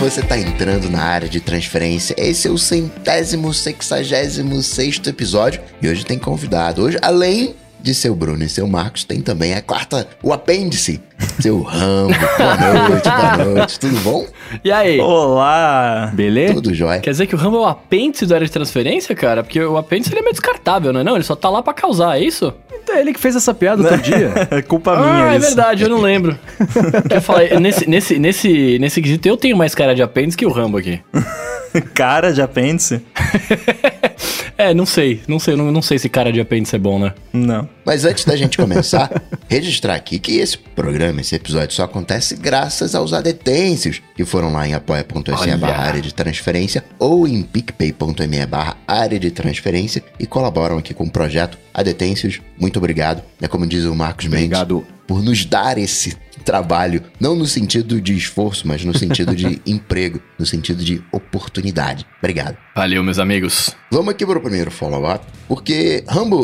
você tá entrando na área de transferência. Esse é o 166º episódio e hoje tem convidado. Hoje, além de seu Bruno e seu Marcos, tem também a quarta, o apêndice, seu Rambo. Boa noite, tudo bom? E aí? Olá! Beleza? Tudo jóia. Quer dizer que o Rambo é o apêndice da área de transferência, cara? Porque o apêndice ele é meio descartável, não é não? Ele só tá lá pra causar, é isso? Então é ele que fez essa piada outro dia. É culpa minha é isso. verdade, eu não lembro. Eu falei, nesse quesito eu tenho mais cara de apêndice que o Rambo aqui. Cara de apêndice? Não sei se cara de apêndice é bom, né? Não. Mas antes da gente começar, registrar aqui que esse programa, esse episódio só acontece graças aos adetêncios que foram lá em apoia.se/área de transferência ou em picpay.me/área de transferência e colaboram aqui com o projeto Adetêncios. Muito obrigado. É como diz o Marcos Mendes. Obrigado. Por nos dar esse trabalho, não no sentido de esforço, mas no sentido de emprego, no sentido de oportunidade. Obrigado. Valeu, meus amigos. Vamos aqui para o primeiro follow-up, porque, Rambo,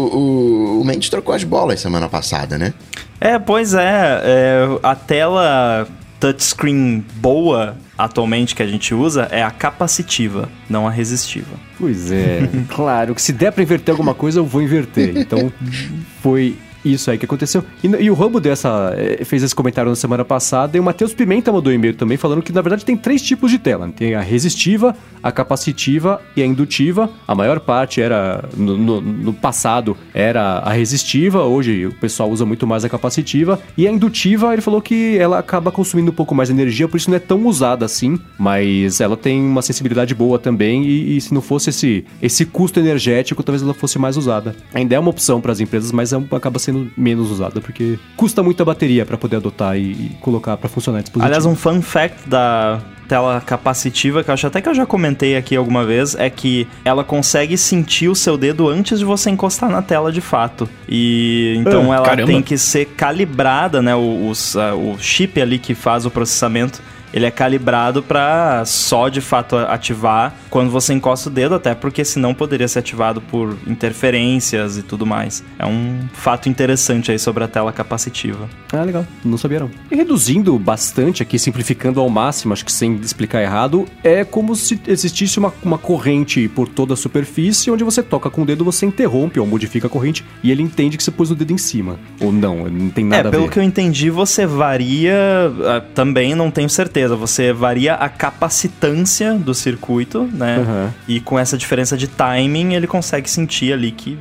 o Mendes trocou as bolas semana passada, né? Pois é. A tela touchscreen boa atualmente que a gente usa é a capacitiva, não a resistiva. Pois é, claro que se der pra inverter alguma coisa, eu vou inverter. Então, foi isso aí que aconteceu. E o Rambo fez esse comentário na semana passada, e o Matheus Pimenta mandou um e-mail também, falando que, na verdade, tem 3 tipos de tela. Tem a resistiva, a capacitiva e a indutiva. A maior parte era, no passado, era a resistiva. Hoje, o pessoal usa muito mais a capacitiva. E a indutiva, ele falou que ela acaba consumindo um pouco mais energia, por isso não é tão usada assim. Mas ela tem uma sensibilidade boa também, e se não fosse esse custo energético, talvez ela fosse mais usada. Ainda é uma opção para as empresas, mas acaba sendo menos usada, porque custa muita bateria para poder adotar e colocar para funcionar o dispositivo. Aliás, um fun fact da tela capacitiva, que eu acho até que eu já comentei aqui alguma vez, é que ela consegue sentir o seu dedo antes de você encostar na tela de fato. E então ela tem que ser calibrada, né? O chip ali que faz o processamento, ele é calibrado para só de fato ativar quando você encosta o dedo, até porque senão poderia ser ativado por interferências e tudo mais. É um fato interessante aí sobre a tela capacitiva. Ah, legal. Não sabia não. E reduzindo bastante aqui, simplificando ao máximo, acho que sem explicar errado, é como se existisse uma corrente por toda a superfície, onde você toca com o dedo, você interrompe ou modifica a corrente e ele entende que você pôs o dedo em cima. Ou não tem nada a ver. Pelo que eu entendi, você varia, também não tenho certeza, você varia a capacitância do circuito, né? Uhum. E com essa diferença de timing, ele consegue sentir ali que,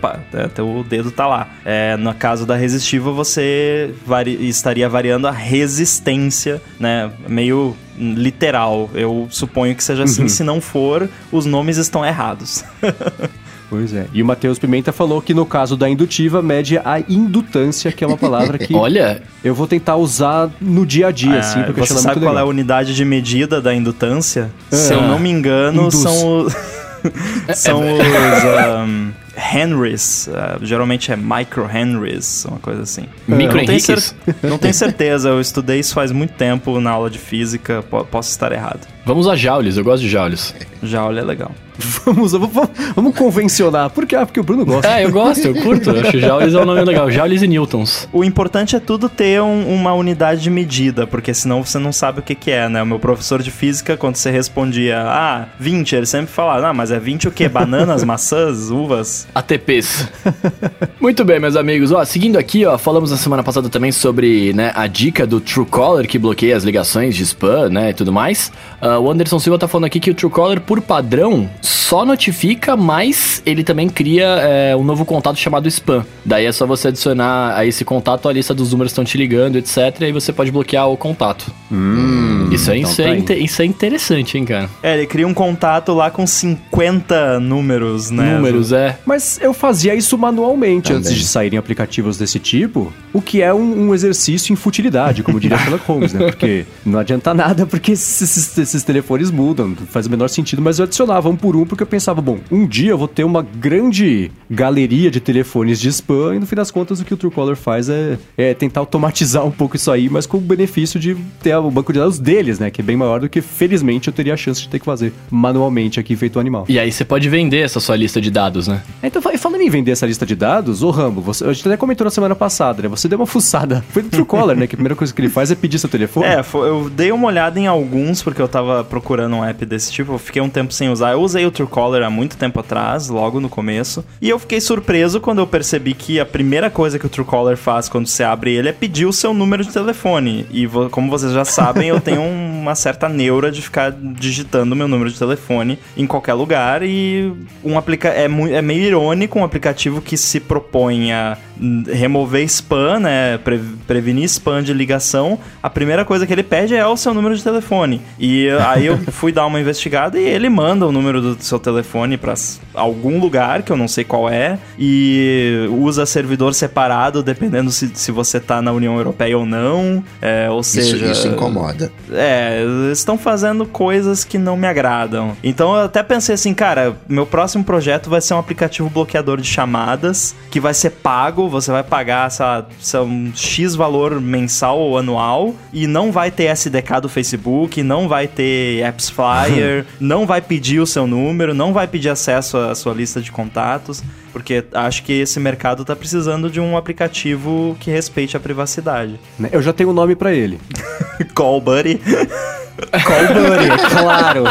teu dedo tá lá. No caso da resistiva, você estaria variando a resistência, né? Meio literal. Eu suponho que seja assim. Se não for, os nomes estão errados. Pois é. E o Matheus Pimenta falou que no caso da indutiva, mede a indutância, que é uma palavra que olha, eu vou tentar usar no dia a dia, assim, porque você sabe qual é a unidade de medida da indutância? Se eu não me engano, são os Henrys, geralmente é micro Henrys, uma coisa assim. Micro Henriques? Não tenho certeza, eu estudei isso faz muito tempo na aula de física, posso estar errado. Vamos a joules, eu gosto de joules. Joule é legal. Vamos convencionar. Por quê? Porque o Bruno gosta. Eu gosto, eu curto. Eu acho que joules é um nome legal. Joules e newtons. O importante é tudo ter uma unidade de medida, porque senão você não sabe o que é, né? O meu professor de física, quando você respondia 20, ele sempre falava, mas é 20 o quê? Bananas, maçãs, uvas? ATPs. Muito bem, meus amigos. Seguindo aqui, falamos na semana passada também sobre, né, a dica do Truecaller, que bloqueia as ligações de spam, né, e tudo mais. O Anderson Silva tá falando aqui que o Truecaller, por padrão, só notifica, mas ele também cria um novo contato chamado spam. Daí é só você adicionar a esse contato a lista dos números que estão te ligando, etc. E aí você pode bloquear o contato. Isso é interessante, hein, cara? Ele cria um contato lá com 50 números, né? Mas eu fazia isso manualmente antes de saírem aplicativos desse tipo, o que é um exercício em futilidade, como diria Sherlock Holmes, né? Porque não adianta nada, porque esses telefones mudam, não faz o menor sentido, mas eu adicionava um por um, porque eu pensava, um dia eu vou ter uma grande galeria de telefones de spam, e no fim das contas o que o Truecaller faz é tentar automatizar um pouco isso aí, mas com o benefício de ter o banco de dados dele deles, né? Que é bem maior do que, felizmente, eu teria a chance de ter que fazer manualmente aqui feito animal. E aí você pode vender essa sua lista de dados, né? Então, falando em vender essa lista de dados, ô Rambo, a gente até comentou na semana passada, né? Você deu uma fuçada. Foi do Truecaller, né? Que a primeira coisa que ele faz é pedir seu telefone. Eu dei uma olhada em alguns, porque eu tava procurando um app desse tipo. Eu fiquei um tempo sem usar. Eu usei o Truecaller há muito tempo atrás, logo no começo. E eu fiquei surpreso quando eu percebi que a primeira coisa que o Truecaller faz quando você abre ele é pedir o seu número de telefone. E como vocês já sabem, eu tenho uma certa neura de ficar digitando meu número de telefone em qualquer lugar. E é meio irônico um aplicativo que se propõe a remover spam, né? Prevenir spam de ligação. A primeira coisa que ele pede é o seu número de telefone. E aí eu fui dar uma investigada e ele manda o número do seu telefone para algum lugar, que eu não sei qual é, e usa servidor separado, dependendo se você tá na União Europeia ou não. Ou seja... Isso incomoda. Estão fazendo coisas que não me agradam. Então eu até pensei assim, cara, meu próximo projeto vai ser um aplicativo bloqueador de chamadas, que vai ser pago, você vai pagar um X valor mensal ou anual, e não vai ter SDK do Facebook, não vai ter Apps Flyer, não vai pedir o seu número, não vai pedir acesso à sua lista de contatos, porque acho que esse mercado tá precisando de um aplicativo que respeite a privacidade. Eu já tenho um nome pra ele. Call Buddy. Call Buddy, é claro.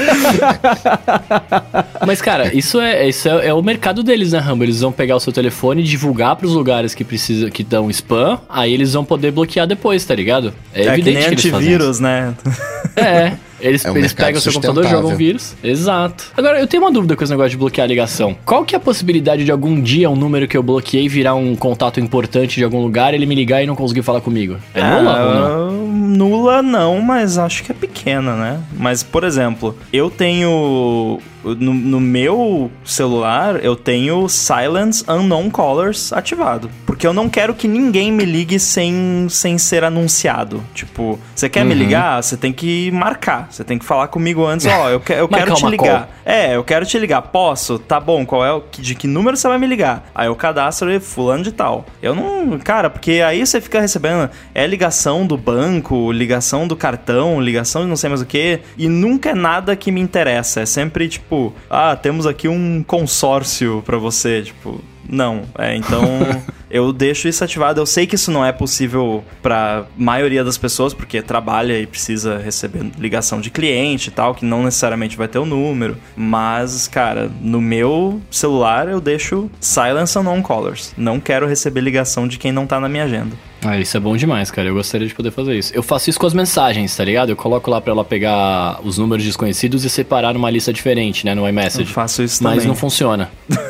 Mas, cara, isso é o mercado deles, né, Rambo? Eles vão pegar o seu telefone e divulgar pros lugares que dão spam, aí eles vão poder bloquear depois, tá ligado? É evidente que nem que antivírus, né? Eles pegam o seu computador, jogam vírus. Exato. Agora, eu tenho uma dúvida com esse negócio de bloquear a ligação. Qual que é a possibilidade de algum dia um número que eu bloqueei virar um contato importante de algum lugar, ele me ligar e não conseguir falar comigo? É nula ou não? Nula não, mas acho que é pequena, né? Mas, por exemplo, eu tenho... No meu celular, eu tenho Silence Unknown Callers ativado. Porque eu não quero que ninguém me ligue sem ser anunciado. Tipo, você quer me ligar? Você tem que marcar. Você tem que falar comigo antes. Eu quero te ligar. Eu quero te ligar. Posso? Tá bom. De que número você vai me ligar? Aí eu cadastro fulano de tal. Eu não... Cara, porque aí você fica recebendo... ligação do banco, ligação do cartão, ligação de não sei mais o que. E nunca é nada que me interessa. É sempre, tipo... temos aqui um consórcio pra você, tipo... Não, então eu deixo isso ativado. Eu sei que isso não é possível pra maioria das pessoas, porque trabalha e precisa receber ligação de cliente e tal, que não necessariamente vai ter o número. Mas, cara, no meu celular eu deixo Silence Unknown Callers. Não quero receber ligação de quem não tá na minha agenda. Isso é bom demais, cara. Eu gostaria de poder fazer isso. Eu faço isso com as mensagens, tá ligado? Eu coloco lá pra ela pegar os números desconhecidos e separar numa lista diferente, né, no iMessage. Eu faço isso também. Mas não funciona.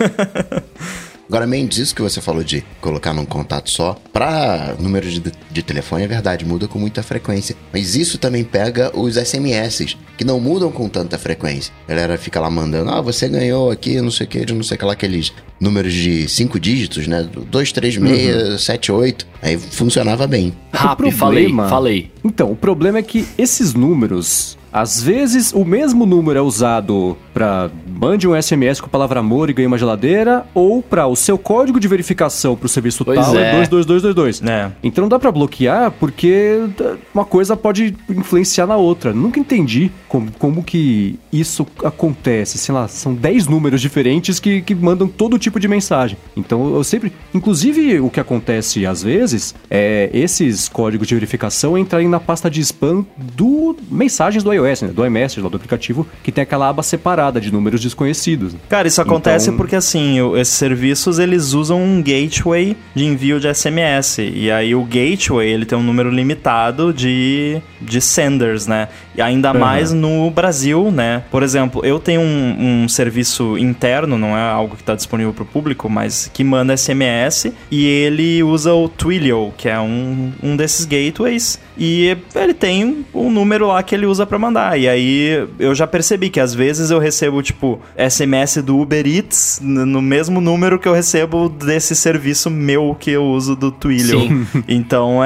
Agora, Mendes, isso que você falou de colocar num contato só, pra número de telefone é verdade, muda com muita frequência. Mas isso também pega os SMS, que não mudam com tanta frequência. A galera fica lá mandando, você ganhou aqui, não sei o que, de não sei o que lá, aqueles números de 5 dígitos, né? 236, 78. Aí funcionava bem. Rápido, falei. Então, o problema é que esses números... Às vezes, o mesmo número é usado para mande um SMS com a palavra amor e ganhe uma geladeira, ou para o seu código de verificação para o serviço tal é 22222. Então não dá para bloquear porque uma coisa pode influenciar na outra. Nunca entendi como que isso acontece. Sei lá, são 10 números diferentes que mandam todo tipo de mensagem. Então eu sempre... Inclusive, o que acontece às vezes é esses códigos de verificação entrarem na pasta de spam do mensagens do iOS, né? Do iMessage, lá do aplicativo, que tem aquela aba separada de números desconhecidos. Cara, isso acontece porque, assim, esses serviços, eles usam um gateway de envio de SMS. E aí o gateway, ele tem um número limitado de senders, né? E ainda mais no Brasil, né? Por exemplo, eu tenho um serviço interno, não é algo que está disponível para o público, mas que manda SMS, e ele usa o Twilio, que é um desses gateways, e ele tem um número lá que ele usa para mandar. E aí eu já percebi que às vezes eu recebo, tipo, SMS do Uber Eats no mesmo número que eu recebo desse serviço meu que eu uso do Twilio. Sim. Então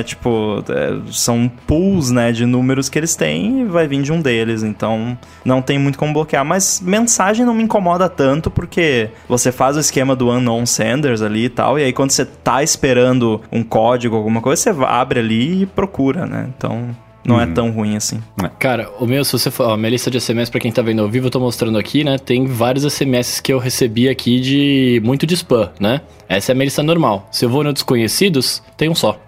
são pools, né, de números que eles têm e vai vir de um deles. Então não tem muito como bloquear. Mas mensagem não me incomoda tanto porque você faz o esquema do unknown senders ali e tal. E aí quando você tá esperando um código, alguma coisa, você abre ali e procura, né? Então não é tão ruim assim. Cara, o meu, se você for... Ó, minha lista de SMS, pra quem tá vendo ao vivo, eu tô mostrando aqui, né? Tem vários SMS que eu recebi aqui de... Muito de spam, né? Essa é a minha lista normal. Se eu vou no Desconhecidos, tem um só.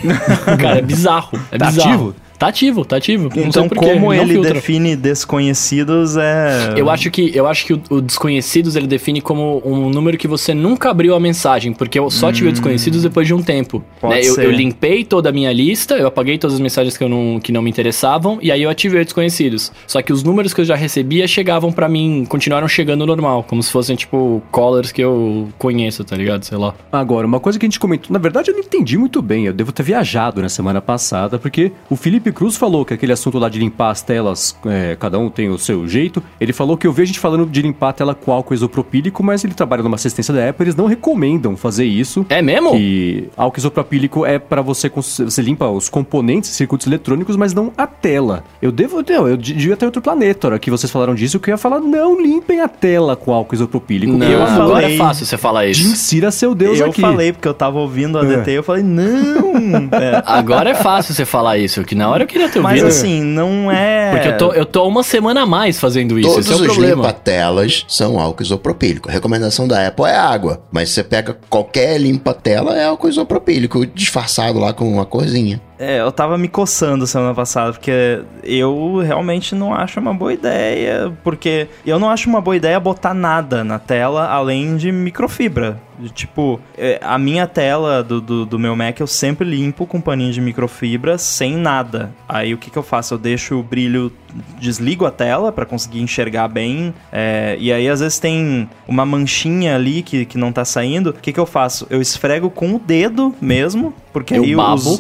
Cara, é bizarro. É tá bizarro. ativo? Tá ativo. Então, como ele define desconhecidos é... Eu acho que o desconhecidos ele define como um número que você nunca abriu a mensagem, porque eu só tive o desconhecidos depois de um tempo. Né? Eu limpei toda a minha lista, eu apaguei todas as mensagens que não me interessavam, e aí eu ativei o desconhecidos. Só que os números que eu já recebia chegavam pra mim, continuaram chegando normal, como se fossem, tipo, callers que eu conheço, tá ligado? Sei lá. Agora, uma coisa que a gente comentou, na verdade eu não entendi muito bem, eu devo ter viajado na semana passada, porque o Felipe Cruz falou que aquele assunto lá de limpar as telas, cada um tem o seu jeito. Ele falou que eu vi a gente falando de limpar a tela com álcool isopropílico, mas ele trabalha numa assistência da Apple, eles não recomendam fazer isso. É mesmo? E álcool isopropílico é pra você limpa os componentes, circuitos eletrônicos, mas não a tela. Eu devia ter outro planeta, a hora que vocês falaram disso, que eu ia falar, não limpem a tela com álcool isopropílico. Não, agora é fácil você falar isso. Insira seu Deus aqui. Eu falei, porque eu tava ouvindo a ADT, eu falei, não! Agora é fácil você falar isso, que na hora eu queria ter ouvido. Mas assim, não é... Porque eu tô uma semana a mais fazendo isso, Todos esse é o problema. Todos os limpa-telas são álcool isopropílico. A recomendação da Apple é água, mas você pega qualquer limpa-tela, é álcool isopropílico, disfarçado lá com uma corzinha. Eu tava me coçando semana passada, porque eu realmente não acho uma boa ideia, porque eu não acho uma boa ideia botar nada na tela além de microfibra. Tipo, a minha tela do meu Mac eu sempre limpo com paninho de microfibra sem nada. Aí o que eu faço? Eu deixo o brilho, desligo a tela pra conseguir enxergar bem, e aí às vezes tem uma manchinha ali que não tá saindo. O que eu faço? Eu esfrego com o dedo mesmo, porque aí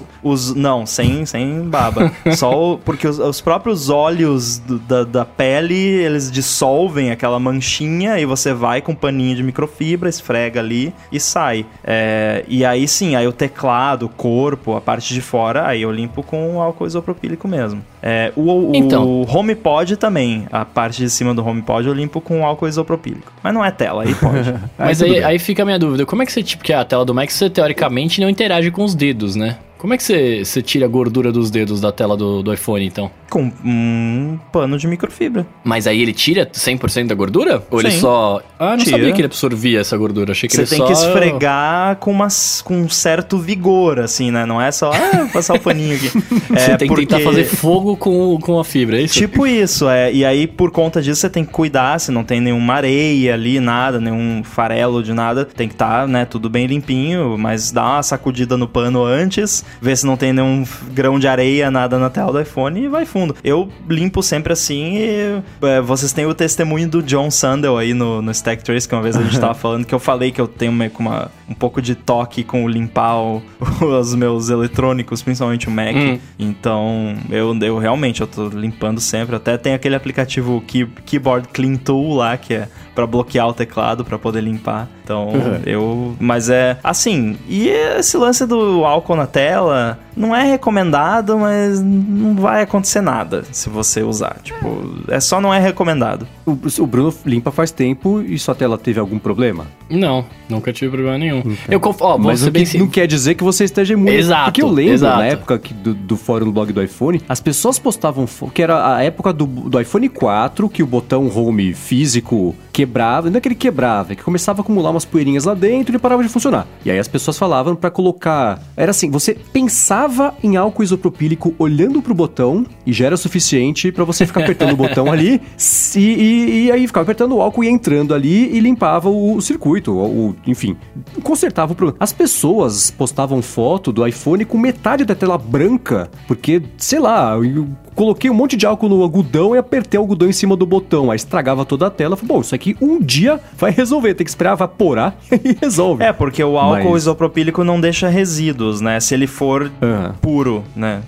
não, sem baba. Só porque os próprios óleos da pele, eles dissolvem aquela manchinha e você vai com um paninho de microfibra, esfrega ali e sai. E aí sim, aí o teclado, o corpo, a parte de fora, aí eu limpo com álcool isopropílico mesmo. O HomePod também, a parte de cima do HomePod eu limpo com álcool isopropílico. Mas não é tela, aí pode. Mas aí fica a minha dúvida, como é que você, porque a tela do Mac, você teoricamente não interage com os dedos, né? Como é que você tira a gordura dos dedos da tela do iPhone, então? Com um pano de microfibra. Mas aí ele tira 100% da gordura? Ou Sim. Ele só... não tira. sabia que ele absorvia essa gordura. Achei que você ele tem só... que esfregar com um certo vigor, assim, né? Não é só passar o paninho aqui. Você tem que tentar fazer fogo com a fibra, é isso? Tipo isso, E aí, por conta disso, você tem que cuidar se não tem nenhuma areia ali, nada, nenhum farelo de nada. Tem que estar, né, tudo bem limpinho, mas dá uma sacudida no pano antes, ver se não tem nenhum grão de areia, nada na tela do iPhone e vai fundo. Eu limpo sempre assim e vocês têm o testemunho do John Sandel aí no Stack Trace, que uma vez a gente tava falando, que eu falei que eu tenho um pouco de toque com limpar os meus eletrônicos, principalmente o Mac. Então, eu realmente, eu tô limpando sempre. Até tem aquele aplicativo Keyboard Clean Tool lá, que é pra bloquear o teclado, pra poder limpar. Então, mas é assim, e esse lance do álcool na tela não é recomendado, mas não vai acontecer nada se você usar. Tipo, só não é recomendado. O Bruno limpa faz tempo e sua tela teve algum problema? Não, nunca tive problema nenhum. Então, mas não quer dizer que você esteja imune. Exato. Porque eu lembro, na época do fórum do blog do iPhone, as pessoas postavam que era a época do iPhone 4, que o botão home físico quebrava, não é que ele quebrava, é que começava a acumular umas poeirinhas lá dentro e ele parava de funcionar. E aí as pessoas falavam pra colocar... Era assim, você pensava em álcool isopropílico olhando pro botão e já era suficiente pra você ficar apertando o botão ali e aí ficava apertando o álcool e entrando ali e limpava o circuito, enfim, consertava o problema. As pessoas postavam foto do iPhone com metade da tela branca, porque, sei lá, eu coloquei um monte de álcool no algodão e apertei o algodão em cima do botão, aí estragava toda a tela. Falei, bom, isso aqui um dia vai resolver, tem que esperar evaporar e resolve. Porque o álcool isopropílico não deixa resíduos, né? Se ele for puro, né?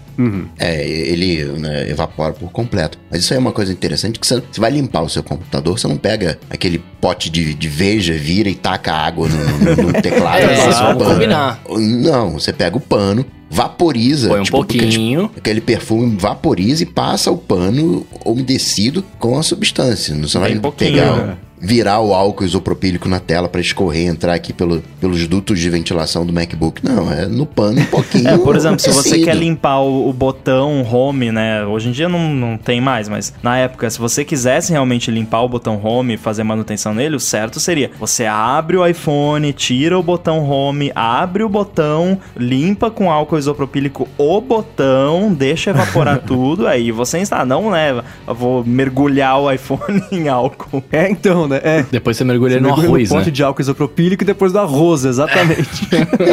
Ele evapora por completo. Mas isso aí é uma coisa interessante, que você vai limpar o seu computador, você não pega aquele pote de veja, vira e taca água no teclado. Vamos combinar. Não, você pega o pano, vaporiza. Põe um pouquinho. Aquele perfume vaporiza e passa o pano umedecido com a substância. Você vai pegar... virar o álcool isopropílico na tela pra escorrer, entrar aqui pelos dutos de ventilação do MacBook. Não, é no pano um pouquinho. Por exemplo, se você quer limpar o botão Home, né? Hoje em dia não tem mais, mas na época, se você quisesse realmente limpar o botão Home e fazer manutenção nele, o certo seria: você abre o iPhone, tira o botão Home, abre o botão, limpa com álcool isopropílico o botão, deixa evaporar tudo, aí você instala. Não, né? Eu vou mergulhar o iPhone em álcool. Então, né? Depois você mergulha no arroz, no pote de álcool isopropílico e depois do arroz, exatamente.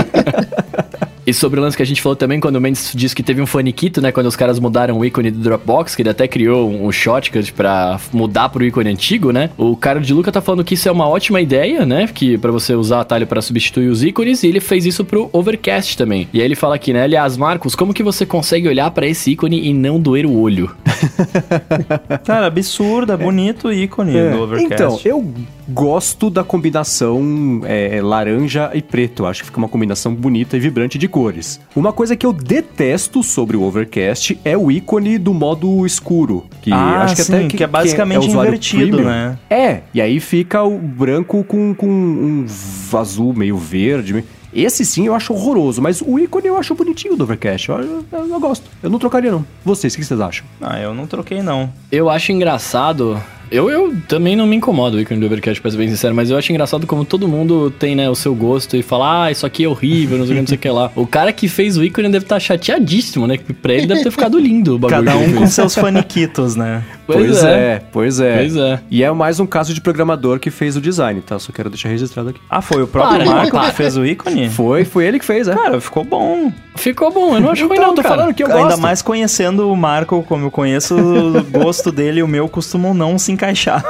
E sobre o lance que a gente falou também, quando o Mendes disse que teve um faniquito, né? Quando os caras mudaram o ícone do Dropbox, que ele até criou um shortcut pra mudar pro ícone antigo, né? O cara de Luca tá falando que isso é uma ótima ideia, né? Que pra você usar atalho pra substituir os ícones, e ele fez isso pro Overcast também. E aí ele fala aqui, né? Aliás, Marcos, como que você consegue olhar pra esse ícone e não doer o olho? Cara, absurdo, é bonito o ícone do Overcast. Então, eu gosto da combinação laranja e preto. Acho que fica uma combinação bonita e vibrante de cores. Uma coisa que eu detesto sobre o Overcast é o ícone do modo escuro. Que acho que sim, até que é basicamente invertido, premium, né? E aí fica o branco com um azul meio verde. Esse sim eu acho horroroso, mas o ícone eu acho bonitinho do Overcast. Eu gosto. Eu não trocaria, não. Vocês, o que vocês acham? Eu não troquei, não. Eu acho engraçado... Eu também não me incomodo o ícone do Overcast, pra ser bem sincero, mas eu acho engraçado como todo mundo tem, né, o seu gosto e fala, isso aqui é horrível, não sei o que lá. O cara que fez o ícone deve estar chateadíssimo, né? Pra ele deve ter ficado lindo o bagulho. Cada um com seus faniquitos, né? Pois é. E é mais um caso de programador que fez o design, tá? Só quero deixar registrado aqui. Foi o próprio Marco que fez o ícone? Foi ele que fez, Cara, ficou bom. Ficou bom, eu não acho ruim não, tô falando que eu gosto. Ainda mais conhecendo o Marco como eu conheço, o gosto dele e o meu costumam não se encaixar.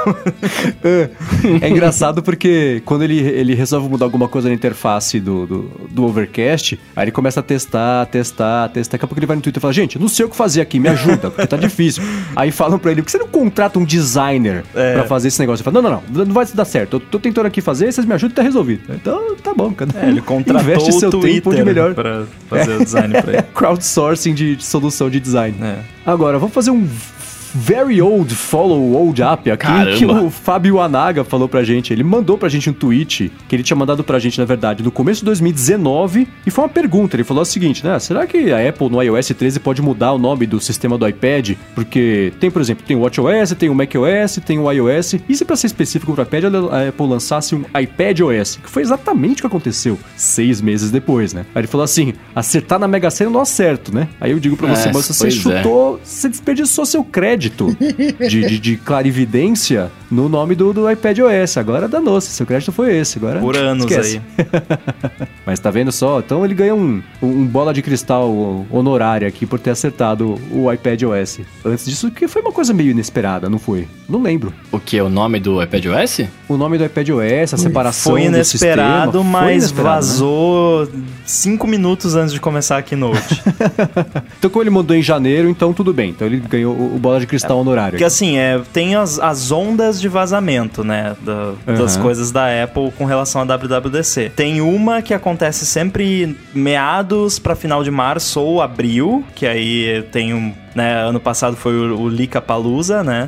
É engraçado porque quando ele resolve mudar alguma coisa na interface do Overcast, aí ele começa a testar. Daqui a pouco ele vai no Twitter e fala, gente, não sei o que fazer aqui, me ajuda, porque tá difícil. Aí falam pra ele, por que você não contrata um designer pra fazer esse negócio? Ele fala, não vai dar certo, eu tô tentando aqui fazer, vocês me ajudam e tá resolvido. Então, tá bom, cara. Ele contratou investe seu Twitter tempo de melhor pra fazer o design pra ele. Crowdsourcing de solução de design. Agora, vamos fazer um very old follow old up aqui. Caramba. Que o Fábio Anaga falou pra gente. Ele mandou pra gente um tweet que ele tinha mandado pra gente, na verdade, no começo de 2019, e foi uma pergunta. Ele falou o seguinte, né? Será que a Apple no iOS 13 pode mudar o nome do sistema do iPad? Porque tem, por exemplo, tem o WatchOS, tem o macOS, tem o iOS. E se pra ser específico pro iPad, a Apple lançasse um iPadOS? Que foi exatamente o que aconteceu 6 meses depois, né? Aí ele falou assim, acertar na Mega Sena não acerto, né? Aí eu digo pra você, mas você chutou, você desperdiçou seu crédito de clarividência no nome do iPadOS. Agora danou-se, seu crédito foi esse. Agora por anos esquece. Aí. Mas tá vendo só? Então ele ganha um bola de cristal honorário aqui por ter acertado o iPadOS. Antes disso, que foi uma coisa meio inesperada, não foi? Não lembro. O que? O nome do iPadOS? O nome do iPadOS, a separação foi inesperado, do sistema. Mas foi inesperado, vazou 5 minutos antes de começar a Keynote. Então como ele mandou em janeiro, então tudo bem. Então ele ganhou o bola de cristal honorário. Porque assim, tem as ondas de vazamento, né? Das coisas da Apple com relação à WWDC. Tem uma que acontece sempre meados pra final de março ou abril, que aí tem um... Né, ano passado foi o Licapalooza, né?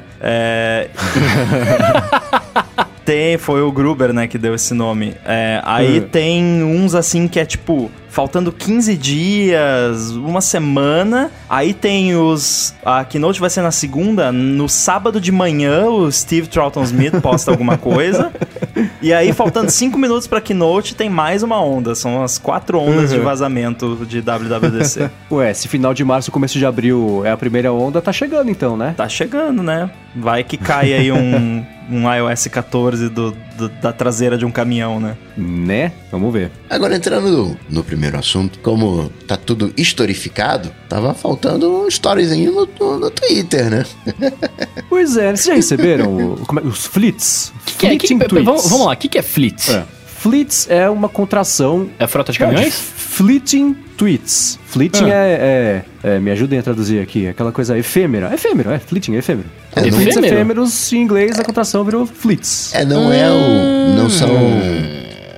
Foi o Gruber, né, que deu esse nome. Aí tem uns assim que é tipo... Faltando 15 dias, uma semana. Aí tem a Keynote vai ser na segunda. No sábado de manhã, o Steve Troughton Smith posta alguma coisa. E aí, faltando 5 minutos pra Keynote, tem mais uma onda. São as 4 ondas de vazamento de WWDC. Ué, se final de março, começo de abril é a primeira onda, tá chegando então, né? Tá chegando, né? Vai que cai aí um iOS 14 da traseira de um caminhão, né? Né? Vamos ver. Agora, entrando no primeiro assunto, como tá tudo historificado, tava faltando um storyzinho no Twitter, né? Pois é, vocês já receberam os Flits? Vamos lá, o que é Flits? Flits é uma contração... É frota de caminhões? Fleeting tweets. Fleeting me ajudem a traduzir aqui. Aquela coisa efêmera. Fleeting é efêmero. Tweets efêmeros, em inglês, a contração virou fleets. Não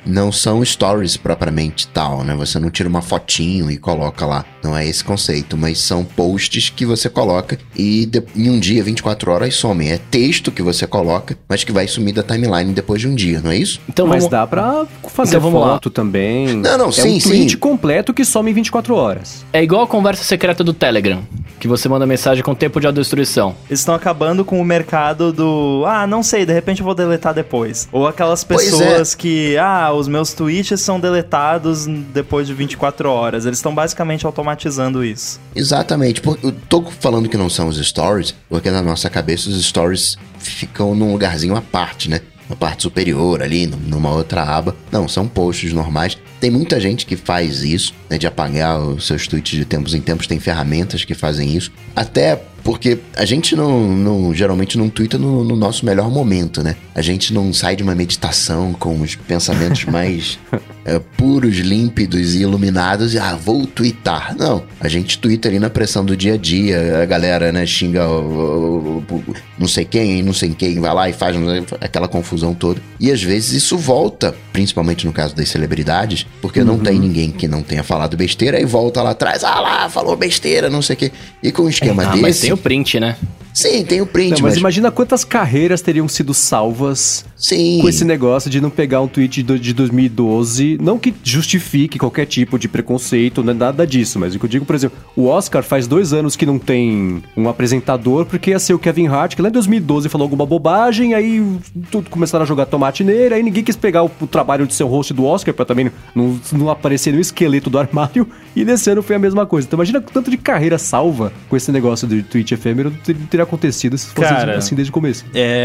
não são stories propriamente tal, né? Você não tira uma fotinho e coloca lá. Não é esse conceito, mas são posts que você coloca e em um dia, 24 horas, somem. É texto que você coloca, mas que vai sumir da timeline depois de um dia, não é isso? Então, mas dá pra fazer foto também. Não, sim, um tweet completo que some em 24 horas. É igual a conversa secreta do Telegram, que você manda mensagem com tempo de autodestruição. Eles estão acabando com o mercado do... não sei, de repente eu vou deletar depois. Ou aquelas pessoas que... os meus tweets são deletados depois de 24 horas. Eles estão basicamente automatizando isso. Exatamente. Eu tô falando que não são os stories, porque na nossa cabeça os stories ficam num lugarzinho à parte, né? Na parte superior ali, numa outra aba. Não, são posts normais. Tem muita gente que faz isso, né, de apagar os seus tweets de tempos em tempos. Tem ferramentas que fazem isso. Até porque a gente geralmente não twitta no nosso melhor momento, né? A gente não sai de uma meditação com os pensamentos mais puros, límpidos e iluminados e, vou twittar. Não, a gente twitta ali na pressão do dia a dia. A galera, né, xinga não sei quem, vai lá e faz aquela confusão toda. E às vezes isso volta, principalmente no caso das celebridades, porque não tem ninguém que não tenha falado besteira e volta lá atrás, falou besteira, não sei o quê. E com um esquema desse... Mas tem o print, né? Sim, tem o print, mas imagina quantas carreiras teriam sido salvas com esse negócio de não pegar um tweet de 2012, não que justifique qualquer tipo de preconceito, não é nada disso, mas o que eu digo, por exemplo, o Oscar faz 2 anos que não tem um apresentador, porque ia ser o Kevin Hart, que lá em 2012 falou alguma bobagem, aí tudo começaram a jogar tomate nele, aí ninguém quis pegar o trabalho de ser o host do Oscar, pra também não aparecer no esqueleto do armário, e nesse ano foi a mesma coisa. Então imagina tanto de carreira salva com esse negócio de tweet efêmero, teria acontecido se fosse assim desde o começo.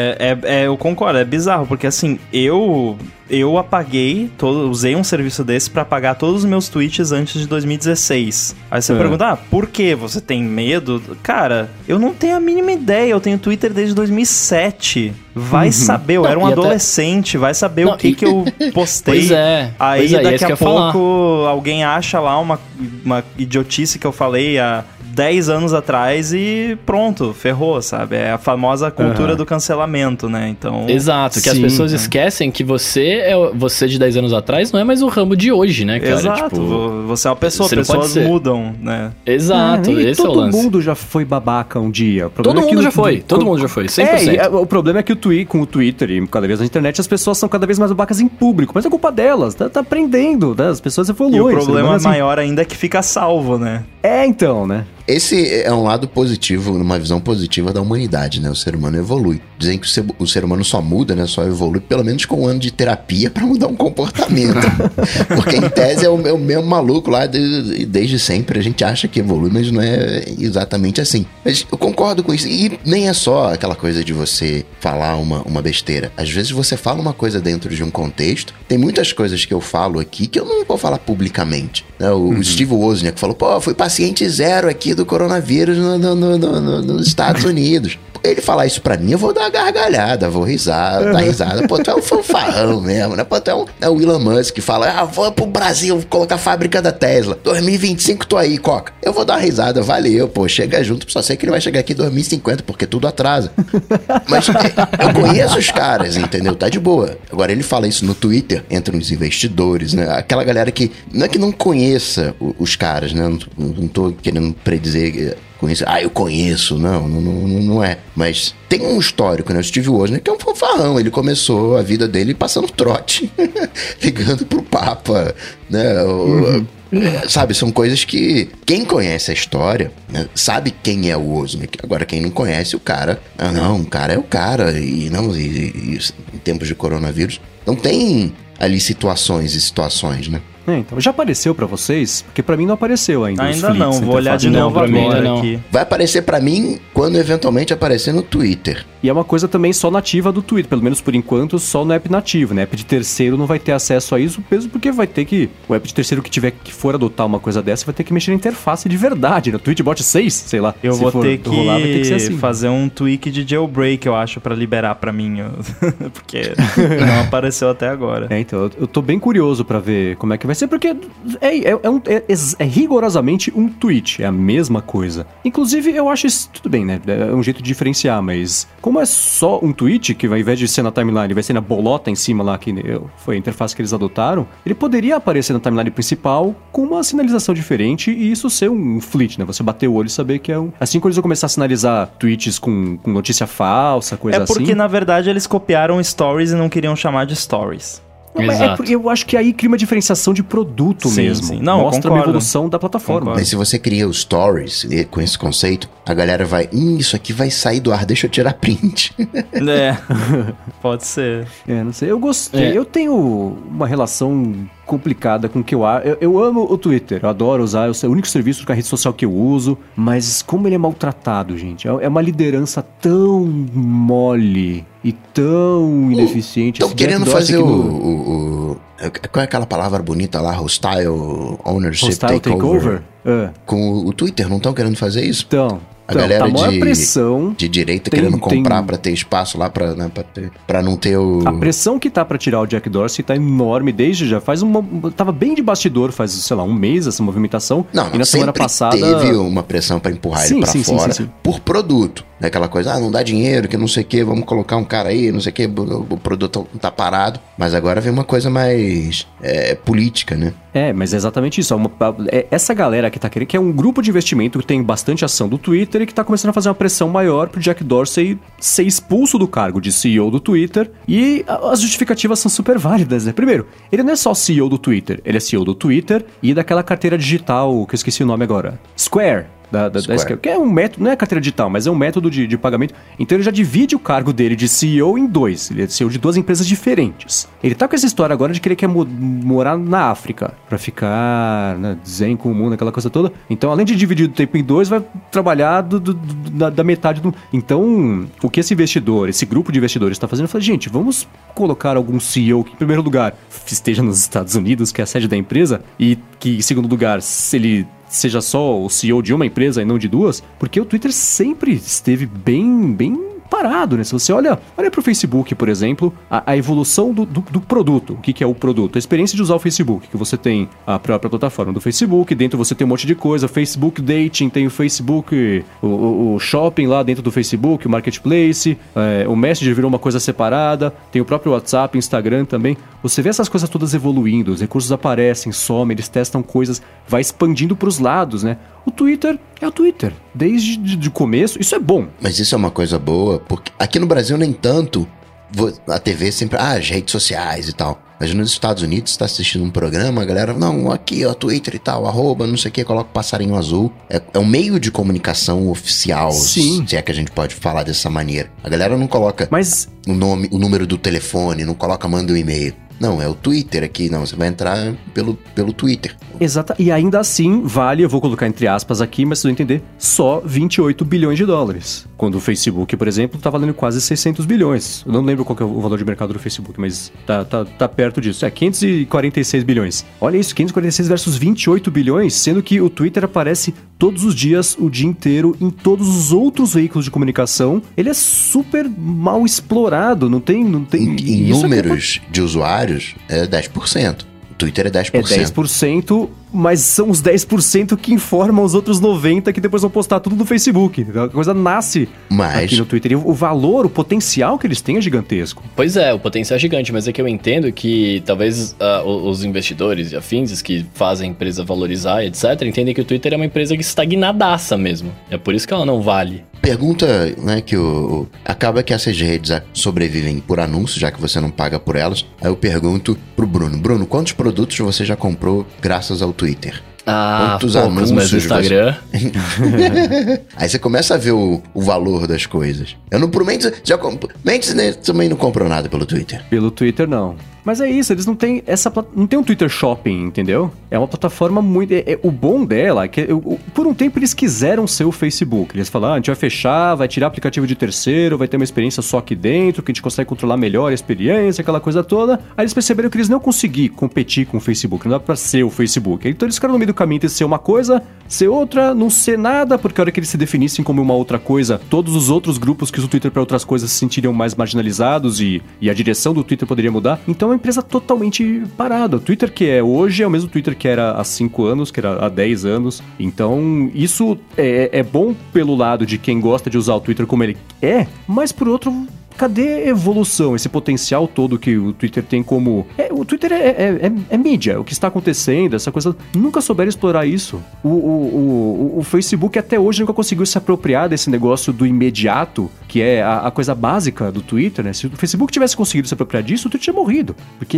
Eu concordo, é bizarro, porque assim, eu apaguei, usei um serviço desse pra apagar todos os meus tweets antes de 2016. Aí você pergunta, por quê? Você tem medo? Cara, eu não tenho a mínima ideia, eu tenho Twitter desde 2007. Vai saber, eu era um adolescente, vai saber o que eu postei. Pois é. Aí daqui a pouco alguém acha lá uma idiotice que eu falei há 10 anos atrás e pronto, ferrou, sabe? É a famosa cultura do cancelamento, né? Então... Exato, que as pessoas esquecem que você de 10 anos atrás não é mais o Rambo de hoje, né, cara? Exato, tipo, você é uma pessoa, pessoas mudam, né? Exato, esse é o lance. Todo mundo já foi babaca um dia. Todo mundo já foi, 100%. O problema é que com o Twitter e cada vez na internet as pessoas são cada vez mais babacas em público, mas é culpa delas, tá aprendendo, né? As pessoas evoluem. E o problema maior ainda é que fica salvo, né? Então, né? Esse é um lado positivo, uma visão positiva da humanidade, né? O ser humano evolui. Dizem que o ser humano só muda, né? Só evolui pelo menos com um ano de terapia pra mudar um comportamento. Porque em tese é o mesmo maluco lá desde sempre. A gente acha que evolui, mas não é exatamente assim. Mas eu concordo com isso. E nem é só aquela coisa de você falar uma besteira. Às vezes você fala uma coisa dentro de um contexto. Tem muitas coisas que eu falo aqui que eu não vou falar publicamente. Né? O Steve Wozniak falou, fui paciente zero aqui do coronavírus nos Estados Unidos. Ele falar isso pra mim, eu vou dar uma gargalhada, vou dar risada. Pô, tu é um fanfarrão mesmo, né? Pô, tu é o Elon Musk que fala, vou pro Brasil, vou colocar a fábrica da Tesla. 2025 tô aí, Coca. Eu vou dar uma risada, valeu, pô, chega junto. Só sei que ele vai chegar aqui em 2050, porque tudo atrasa. Mas eu conheço os caras, entendeu? Tá de boa. Agora, ele fala isso no Twitter, entre os investidores, né? Aquela galera que não é que não conheça os caras, né? Não tô querendo predizer... eu conheço, não é. Mas tem um histórico, né? O Steve Wozniak é um fanfarrão. Ele começou a vida dele passando trote, ligando pro Papa, né? Sabe, são coisas que quem conhece a história, né, sabe quem é o Wozniak. Agora, quem não conhece o cara, o cara é o cara. E em tempos de coronavírus, não tem ali situações e situações, né? Então, já apareceu pra vocês? Porque pra mim não apareceu ainda. Ainda não, vou olhar de novo agora aqui. Vai aparecer pra mim quando eventualmente aparecer no Twitter. E é uma coisa também só nativa do Twitter, pelo menos por enquanto só no app nativo, né? App de terceiro não vai ter acesso a isso, mesmo porque vai ter que... O app de terceiro que for adotar uma coisa dessa, vai ter que mexer na interface de verdade, no Tweetbot 6, sei lá. Eu vou ter que rolar, vai ter que ser assim. Fazer um tweak de jailbreak, eu acho, pra liberar pra mim, porque não apareceu até agora. Então, eu tô bem curioso pra ver como é que vai ser, porque é rigorosamente um tweet, é a mesma coisa. Inclusive, eu acho isso tudo bem, né? É um jeito de diferenciar, mas como é só um tweet, que ao invés de ser na timeline, vai ser na bolota em cima lá, que foi a interface que eles adotaram, ele poderia aparecer na timeline principal com uma sinalização diferente e isso ser um fleet, né? Você bater o olho e saber que é um... Assim quando eles vão começar a sinalizar tweets com notícia falsa, coisa assim... É porque, na verdade, eles copiaram stories e não queriam chamar de stories. Não, eu acho que aí cria uma diferenciação de produto mesmo. Sim. Não, mostra uma evolução da plataforma. Mas se você cria os stories com esse conceito, a galera vai... isso aqui vai sair do ar, deixa eu tirar print. Pode ser. Não sei, eu gostei. Eu tenho uma relação complicada com o que eu amo o Twitter, eu adoro usar, é o único serviço com a rede social que eu uso, mas como ele é maltratado, gente, é uma liderança tão mole e tão ineficiente. Estão querendo fazer qual é aquela palavra bonita lá? Hostile Ownership Takeover? Com o Twitter, não estão querendo fazer isso? A galera de direita querendo comprar pra ter espaço lá pra não ter o... A pressão que tá pra tirar o Jack Dorsey tá enorme desde já. Tava bem de bastidor, faz, sei lá, um mês essa movimentação. Não, e na semana passada teve uma pressão pra empurrar ele pra fora por produto. Aquela coisa, não dá dinheiro, que não sei o que, vamos colocar um cara aí, não sei o que, o produto tá parado. Mas agora vem uma coisa mais política, né? Mas é exatamente isso. Essa galera que tá querendo, que é um grupo de investimento que tem bastante ação do Twitter e que tá começando a fazer uma pressão maior pro Jack Dorsey ser expulso do cargo de CEO do Twitter. E as justificativas são super válidas, né? Primeiro, ele não é só CEO do Twitter, ele é CEO do Twitter e daquela carteira digital, que eu esqueci o nome agora, Square. Que é um método, não é carteira digital, mas é um método de pagamento. Então ele já divide o cargo dele de CEO em dois. Ele é CEO de duas empresas diferentes. Ele tá com essa história agora de que ele quer morar na África, pra ficar zen com o mundo, aquela coisa toda. Então, além de dividir o tempo em dois, vai trabalhar da metade do... Então, o que esse grupo de investidores está fazendo, fala, gente, vamos colocar algum CEO que, em primeiro lugar, esteja nos Estados Unidos, que é a sede da empresa, e que, em segundo lugar, se ele seja só o CEO de uma empresa e não de duas, porque o Twitter sempre esteve bem parado, né? Se você olha pro Facebook, por exemplo, a evolução do produto. O que é o produto? A experiência de usar o Facebook, que você tem a própria plataforma do Facebook, dentro você tem um monte de coisa, Facebook Dating, tem o Facebook, o Shopping lá dentro do Facebook, o Marketplace, o Messenger virou uma coisa separada, tem o próprio WhatsApp, Instagram também. Você vê essas coisas todas evoluindo, os recursos aparecem, somem, eles testam coisas, vai expandindo pros lados, né? O Twitter é o Twitter, desde o começo, isso é bom. Mas isso é uma coisa boa, porque aqui no Brasil nem tanto, a TV sempre, as redes sociais e tal. Mas nos Estados Unidos, você tá assistindo um programa, a galera, não, aqui, ó, Twitter e tal, @, não sei o que, coloca o passarinho azul. É um meio de comunicação oficial, sim, se é que a gente pode falar dessa maneira. A galera não coloca o número do telefone, não coloca, manda um e-mail. Não, é o Twitter aqui, não, você vai entrar pelo Twitter. Exato, e ainda assim vale, eu vou colocar entre aspas aqui, mas vocês vão entender, só 28 bilhões de dólares. Quando o Facebook, por exemplo, tá valendo quase 600 bilhões. Eu não lembro qual que é o valor de mercado do Facebook, mas tá perto disso. 546 bilhões. Olha isso, 546 versus 28 bilhões, sendo que o Twitter aparece todos os dias, o dia inteiro, em todos os outros veículos de comunicação. Ele é super mal explorado, não tem... Em números de usuários, é 10%. O Twitter é 10%. É 10%, mas são os 10% que informam os outros 90% que depois vão postar tudo no Facebook. A coisa nasce aqui no Twitter. E o valor, o potencial que eles têm é gigantesco. Pois é, o potencial é gigante, mas é que eu entendo que talvez os investidores e afins que fazem a empresa valorizar, etc., entendem que o Twitter é uma empresa que estagnadaça mesmo. É por isso que ela não vale. Pergunta, né, que acaba que essas redes sobrevivem por anúncio, já que você não paga por elas. Aí eu pergunto pro Bruno. Bruno, quantos produtos você já comprou graças ao Twitter? Quantos anúncios, mas no Instagram. Aí você começa a ver o valor das coisas. Eu não prometo, Mendes também não comprou nada pelo Twitter. Pelo Twitter, não. Mas é isso, eles não têm não tem um Twitter Shopping, entendeu? É uma plataforma muito... o bom dela é que, por um tempo, eles quiseram ser o Facebook. Eles falaram, a gente vai fechar, vai tirar aplicativo de terceiro, vai ter uma experiência só aqui dentro, que a gente consegue controlar melhor a experiência, aquela coisa toda. Aí eles perceberam que eles não conseguiam competir com o Facebook, não dá pra ser o Facebook. Então eles ficaram no meio do caminho entre ser uma coisa, ser outra, não ser nada, porque a hora que eles se definissem como uma outra coisa, todos os outros grupos que usam o Twitter para outras coisas se sentiriam mais marginalizados e a direção do Twitter poderia mudar. Então é uma empresa totalmente parada. O Twitter que é hoje é o mesmo Twitter que era há 5 anos, que era há 10 anos. Então isso é bom pelo lado de quem gosta de usar o Twitter como ele é, mas por outro... Cadê a evolução, esse potencial todo que o Twitter tem como... o Twitter é mídia, o que está acontecendo, essa coisa... Nunca souberam explorar isso. O Facebook até hoje nunca conseguiu se apropriar desse negócio do imediato, que é a coisa básica do Twitter, né? Se o Facebook tivesse conseguido se apropriar disso, o Twitter tinha morrido. Porque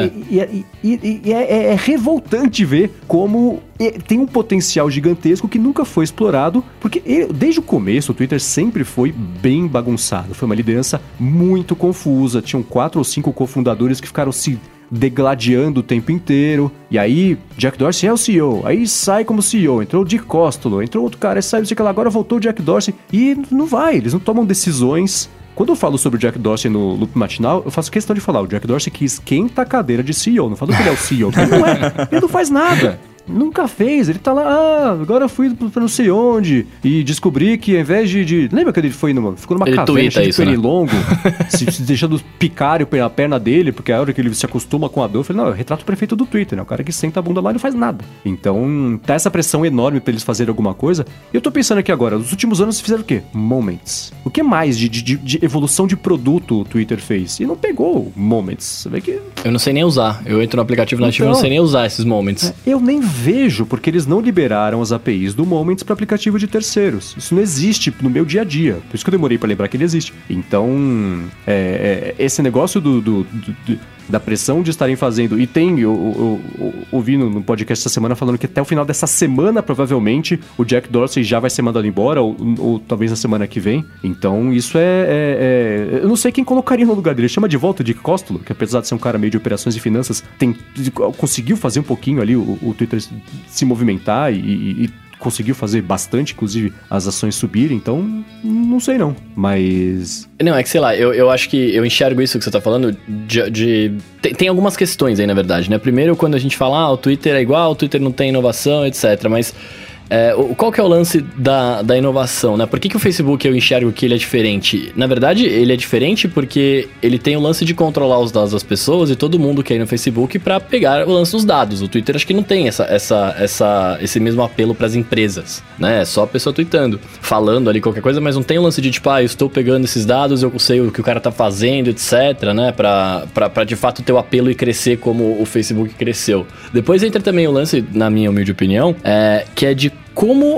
é revoltante ver como tem um potencial gigantesco que nunca foi explorado, porque desde o começo o Twitter sempre foi bem bagunçado. Foi uma liderança muito confusa, tinham 4 ou 5 cofundadores que ficaram se degladiando o tempo inteiro, e aí Jack Dorsey é o CEO, aí sai como CEO, entrou o Dick Costolo, entrou outro cara, sai não sei o que lá, agora voltou o Jack Dorsey, e não vai, eles não tomam decisões. Quando eu falo sobre o Jack Dorsey no Loop Matinal, eu faço questão de falar, o Jack Dorsey que esquenta a cadeira de CEO, não falo que ele é o CEO, porque ele não é, ele não faz nada. Nunca fez, ele tá lá, agora eu fui pra não sei onde e descobri que ao invés de... Lembra que ele ficou numa caverna cheia de pernilongo, se deixando picar a perna dele, porque a hora que ele se acostuma com a dor, eu falei, não, é o retrato perfeito do Twitter, né? O cara que senta a bunda lá e não faz nada. Então, tá essa pressão enorme pra eles fazerem alguma coisa. E eu tô pensando aqui agora, nos últimos anos fizeram o quê? Moments. O que mais de evolução de produto o Twitter fez? E não pegou Moments. Você vê que... Eu não sei nem usar. Eu entro no aplicativo nativo e não sei nem usar esses Moments. Eu nem vejo, porque eles não liberaram as APIs do Moments para aplicativo de terceiros. Isso não existe no meu dia a dia. Por isso que eu demorei para lembrar que ele existe. Então, esse negócio da pressão de estarem fazendo... E tem, eu ouvi no podcast essa semana falando que até o final dessa semana, provavelmente, o Jack Dorsey já vai ser mandado embora, ou talvez na semana que vem. Então, isso eu não sei quem colocaria no lugar dele. Chama de volta o Dick Costolo, que apesar de ser um cara meio de operações e finanças, conseguiu fazer um pouquinho ali o Twitter se movimentar e conseguiu fazer bastante, inclusive, as ações subirem, então não sei não, mas... Não, é que sei lá, eu acho que eu enxergo isso que você tá falando tem algumas questões aí, na verdade, né? Primeiro, quando a gente fala, o Twitter é igual, o Twitter não tem inovação, etc, mas... qual que é o lance da inovação, né? Por que o Facebook eu enxergo que ele é diferente? Na verdade, ele é diferente porque ele tem o lance de controlar os dados das pessoas e todo mundo quer ir no Facebook pra pegar o lance dos dados. O Twitter acho que não tem esse mesmo apelo pras empresas, né? É só a pessoa tweetando, falando ali qualquer coisa, mas não tem o lance de tipo, eu estou pegando esses dados, eu sei o que o cara tá fazendo, etc, né? Pra de fato ter o apelo e crescer como o Facebook cresceu. Depois entra também o lance, na minha humilde opinião, que é de como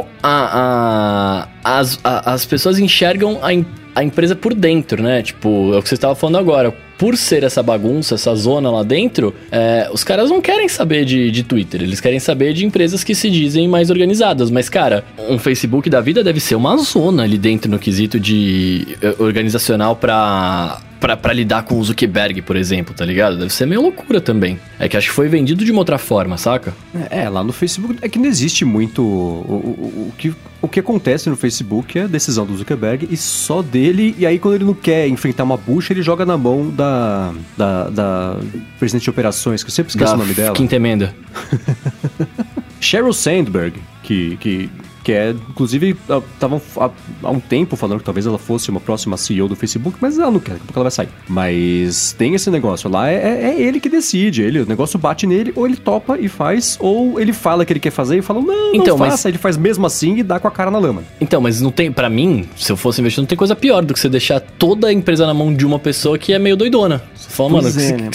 as pessoas enxergam a empresa por dentro, né? Tipo, é o que você estava falando agora. Por ser essa bagunça, essa zona lá dentro, os caras não querem saber de Twitter. Eles querem saber de empresas que se dizem mais organizadas. Mas, cara, um Facebook da vida deve ser uma zona ali dentro no quesito de organizacional pra lidar com o Zuckerberg, por exemplo, tá ligado? Deve ser meio loucura também. É que acho que foi vendido de uma outra forma, saca? Lá no Facebook é que não existe muito... O que acontece no Facebook é a decisão do Zuckerberg e só dele, e aí quando ele não quer enfrentar uma bucha, ele joga na mão da presidente de operações, que eu sempre esqueço o nome dela. Quinta emenda. Sheryl Sandberg, que inclusive, estavam há um tempo falando que talvez ela fosse uma próxima CEO do Facebook, mas ela não quer, porque ela vai sair. Mas tem esse negócio lá, é ele que decide, o negócio bate nele, ou ele topa e faz, ou ele fala que ele quer fazer e fala, não faça, ele faz mesmo assim e dá com a cara na lama. Então, mas não tem, pra mim, se eu fosse investir, não tem coisa pior do que você deixar toda a empresa na mão de uma pessoa que é meio doidona. Você fala, mano,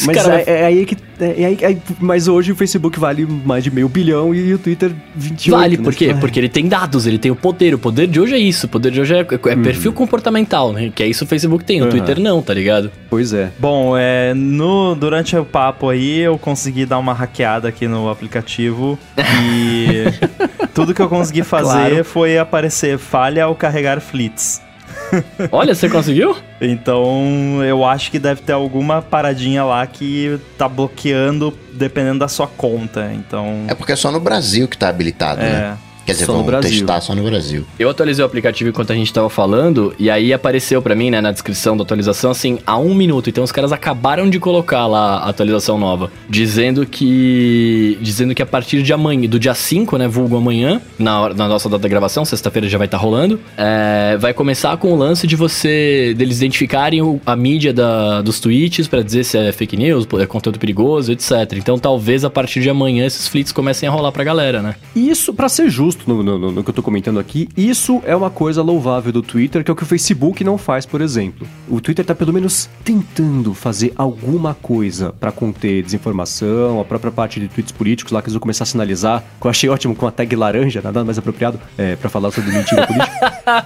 mas hoje o Facebook vale mais de 500 milhões e o Twitter 28. Vale, por quê? Porque ele tem dados, ele tem o poder. O poder de hoje é isso. O poder de hoje é perfil comportamental, né? Que é isso o Facebook tem. O Twitter não, tá ligado? Pois é. Bom, durante o papo aí, eu consegui dar uma hackeada aqui no aplicativo e tudo que eu consegui fazer foi aparecer falha ao carregar fleets. Olha, você conseguiu? Então, eu acho que deve ter alguma paradinha lá que tá bloqueando dependendo da sua conta, então... É porque é só no Brasil que tá habilitado, né? Quer dizer, vamos testar só no Brasil. Eu atualizei o aplicativo enquanto a gente tava falando, e aí apareceu pra mim, né, na descrição da atualização, assim, há 1 minuto. Então os caras acabaram de colocar lá a atualização nova, dizendo que a partir de amanhã, do dia 5, né, vulgo amanhã, na nossa data da gravação, sexta-feira já vai estar rolando, vai começar com o lance de deles identificarem a mídia dos tweets pra dizer se é fake news, é conteúdo perigoso, etc. Então talvez a partir de amanhã esses fleets comecem a rolar pra galera, né? Isso, pra ser justo, no que eu tô comentando aqui, isso é uma coisa louvável do Twitter, que é o que o Facebook não faz, por exemplo. O Twitter tá pelo menos tentando fazer alguma coisa pra conter desinformação, a própria parte de tweets políticos lá que eles vão começar a sinalizar, que eu achei ótimo, com a tag laranja, nada mais apropriado pra falar sobre mentira política.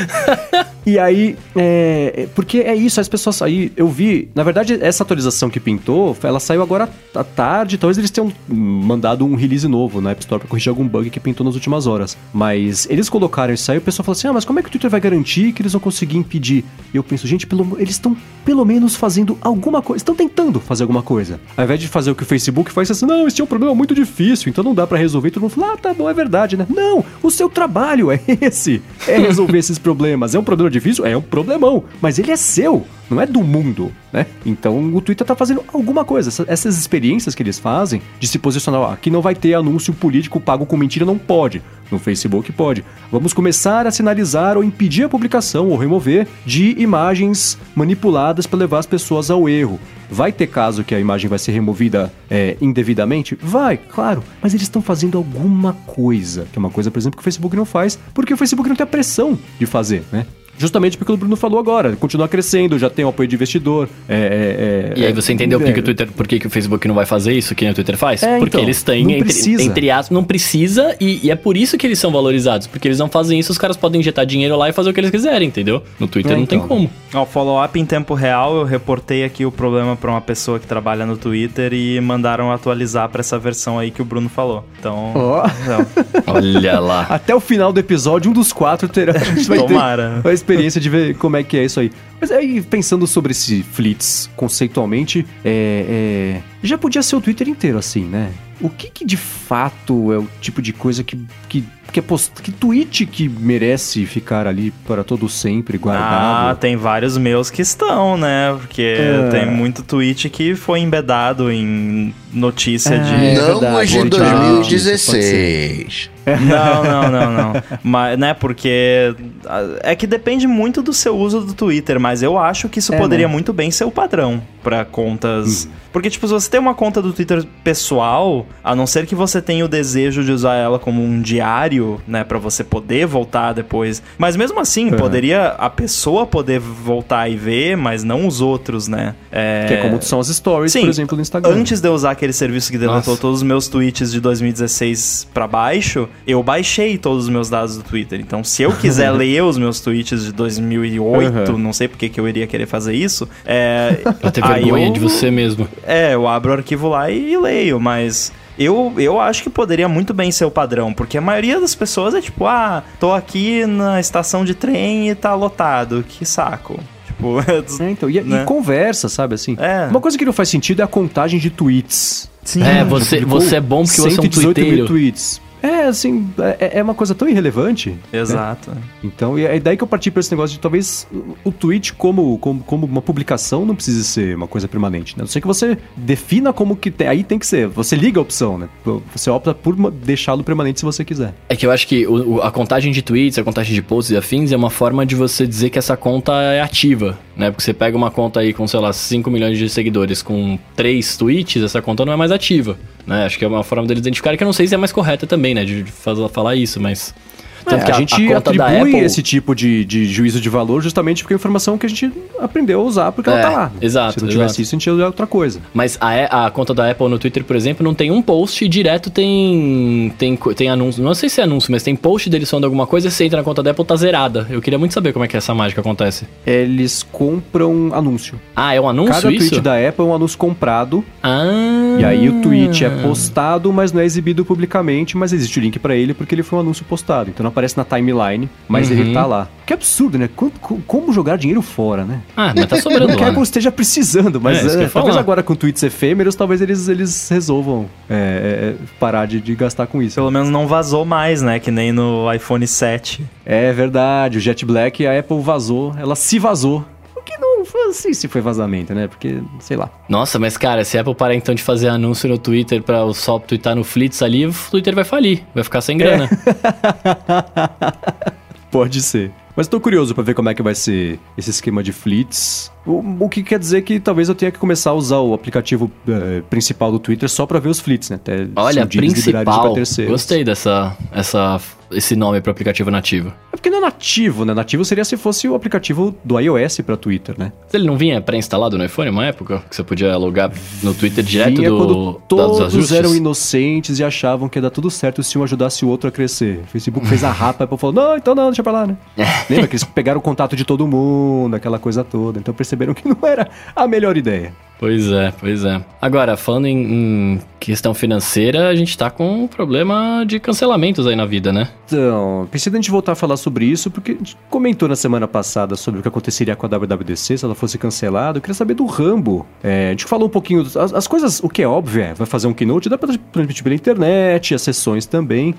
E aí, porque é isso, as pessoas aí, eu vi, na verdade, essa atualização que pintou, ela saiu agora à tarde, talvez eles tenham mandado um release novo na App Store pra corrigir algum bug que pintou nas últimas horas. Mas eles colocaram isso aí, o pessoal falou assim, mas como é que o Twitter vai garantir que eles vão conseguir impedir? E eu penso, gente, eles estão pelo menos fazendo alguma coisa, estão tentando fazer alguma coisa. Ao invés de fazer o que o Facebook faz, assim, não, esse é um problema muito difícil, então não dá pra resolver, todo mundo fala, tá bom, é verdade, né? Não, o seu trabalho é esse, é resolver esses problemas. É um problema difícil? É um problemão, mas ele é seu, não é do mundo, né? Então o Twitter tá fazendo alguma coisa. Essas experiências que eles fazem de se posicionar, aqui não vai ter anúncio político pago com mentira, não pode. No Facebook pode. Vamos começar a sinalizar ou impedir a publicação ou remover de imagens manipuladas para levar as pessoas ao erro. Vai ter caso que a imagem vai ser removida indevidamente? Vai, claro. Mas eles estão fazendo alguma coisa, que é uma coisa, por exemplo, que o Facebook não faz, porque o Facebook não tem a pressão de fazer, né? Justamente porque o Bruno falou agora, continua crescendo, já tem o apoio de investidor. E aí você entendeu por que o Facebook não vai fazer isso, que nem o Twitter faz? Porque então, eles têm, entre aspas, não precisa, e é por isso que eles são valorizados, porque eles não fazem isso, os caras podem injetar dinheiro lá e fazer o que eles quiserem, entendeu? No Twitter não tem como. Ó, follow-up em tempo real, eu reportei aqui o problema pra uma pessoa que trabalha no Twitter e mandaram atualizar pra essa versão aí que o Bruno falou. Então, olha lá. Até o final do episódio, um dos 4 terá. Tomara. A experiência de ver como é que é isso aí. Mas aí, pensando sobre esse Fleets conceitualmente, já podia ser o Twitter inteiro assim, né? O que de fato é o tipo de coisa que tweet que merece ficar ali para todo sempre guardado? Ah, tem vários meus que estão, né? Porque tem muito tweet que foi embedado em notícia de... Não hoje em 2016. Não. Mas, né, porque é que depende muito do seu uso do Twitter, mas eu acho que isso poderia muito bem ser o padrão para contas... Porque, tipo, se você tem uma conta do Twitter pessoal, a não ser que você tenha o desejo de usar ela como um diário, né, pra você poder voltar depois. Mas mesmo assim, poderia a pessoa poder voltar e ver, mas não os outros, né? Que é como são as stories, por exemplo, no Instagram. Antes de eu usar aquele serviço que deletou todos os meus tweets de 2016 pra baixo, eu baixei todos os meus dados do Twitter. Então, se eu quiser ler os meus tweets de 2008, não sei porque que eu iria querer fazer isso. Pra ter vergonha de você mesmo. Eu abro o arquivo lá e leio, mas eu acho que poderia muito bem ser o padrão, porque a maioria das pessoas é tipo, tô aqui na estação de trem e tá lotado, que saco. Tipo, então, e conversa, sabe, assim. Uma coisa que não faz sentido é a contagem de tweets. Sim. Você é bom porque você é um 118 mil tweets. Assim, é uma coisa tão irrelevante. Exato. Né? Então, é daí que eu parti pra esse negócio de talvez o tweet como uma publicação não precise ser uma coisa permanente, né? A não ser que você defina como que aí tem que ser. Você liga a opção, né? Você opta por deixá-lo permanente se você quiser. É que eu acho que a contagem de tweets, a contagem de posts e afins é uma forma de você dizer que essa conta é ativa, né? Porque você pega uma conta aí com, sei lá, 5 milhões de seguidores com 3 tweets, essa conta não é mais ativa, né? Acho que é uma forma deles identificarem, que eu não sei se é mais correta também, né? De falar isso, mas... Tanto que a gente atribui esse tipo de juízo de valor justamente porque é a informação que a gente aprendeu a usar porque ela tá lá. Exato. Se não tivesse isso, a gente ia usar outra coisa. Mas a conta da Apple no Twitter, por exemplo, não tem um post e direto tem anúncio. Não sei se é anúncio, mas tem post deles falando alguma coisa e você entra na conta da Apple, tá zerada. Eu queria muito saber como é que essa mágica acontece. Eles compram anúncio. É um anúncio? Cada tweet da Apple é um anúncio comprado. E aí o tweet é postado, mas não é exibido publicamente, mas existe o link pra ele porque ele foi um anúncio postado. Então não aparece na timeline, mas ele tá lá. Que absurdo, né? Como jogar dinheiro fora, né? Ah, mas tá sobrando não lá. Não que a Apple esteja precisando, mas talvez agora com tweets efêmeros, talvez eles resolvam parar de gastar com isso. Pelo menos não vazou mais, né? Que nem no iPhone 7. É verdade, o Jet Black, a Apple vazou, ela se vazou. O que não sei se foi vazamento, né? Porque, sei lá. Nossa, mas cara, se a Apple parar então de fazer anúncio no Twitter pra o só tweetar no Flits ali, o Twitter vai falir, vai ficar sem grana. Pode ser. Mas tô curioso pra ver como é que vai ser esse esquema de Flits. O que quer dizer que talvez eu tenha que começar a usar o aplicativo principal do Twitter só pra ver os Flits, né? Até olha, principal. Gostei esse nome pro aplicativo nativo. É porque não é nativo, né? Nativo seria se fosse o aplicativo do iOS pra Twitter, né? Ele não vinha pré-instalado no iPhone uma época? Que você podia logar no Twitter direto quando todos eram inocentes e achavam que ia dar tudo certo se um ajudasse o outro a crescer. O Facebook fez a rapa e falou, não, então não, deixa pra lá, né? Lembra que eles pegaram o contato de todo mundo, aquela coisa toda. Então perceberam que não era a melhor ideia. Pois é. Agora, falando em questão financeira, a gente tá com um problema de cancelamentos aí na vida, né? Então, precisa a gente voltar a falar sobre isso, porque a gente comentou na semana passada sobre o que aconteceria com a WWDC se ela fosse cancelada. Eu queria saber do Rambo. A gente falou um pouquinho, as coisas, o que é óbvio vai fazer um keynote, dá pra transmitir pela internet, as sessões também,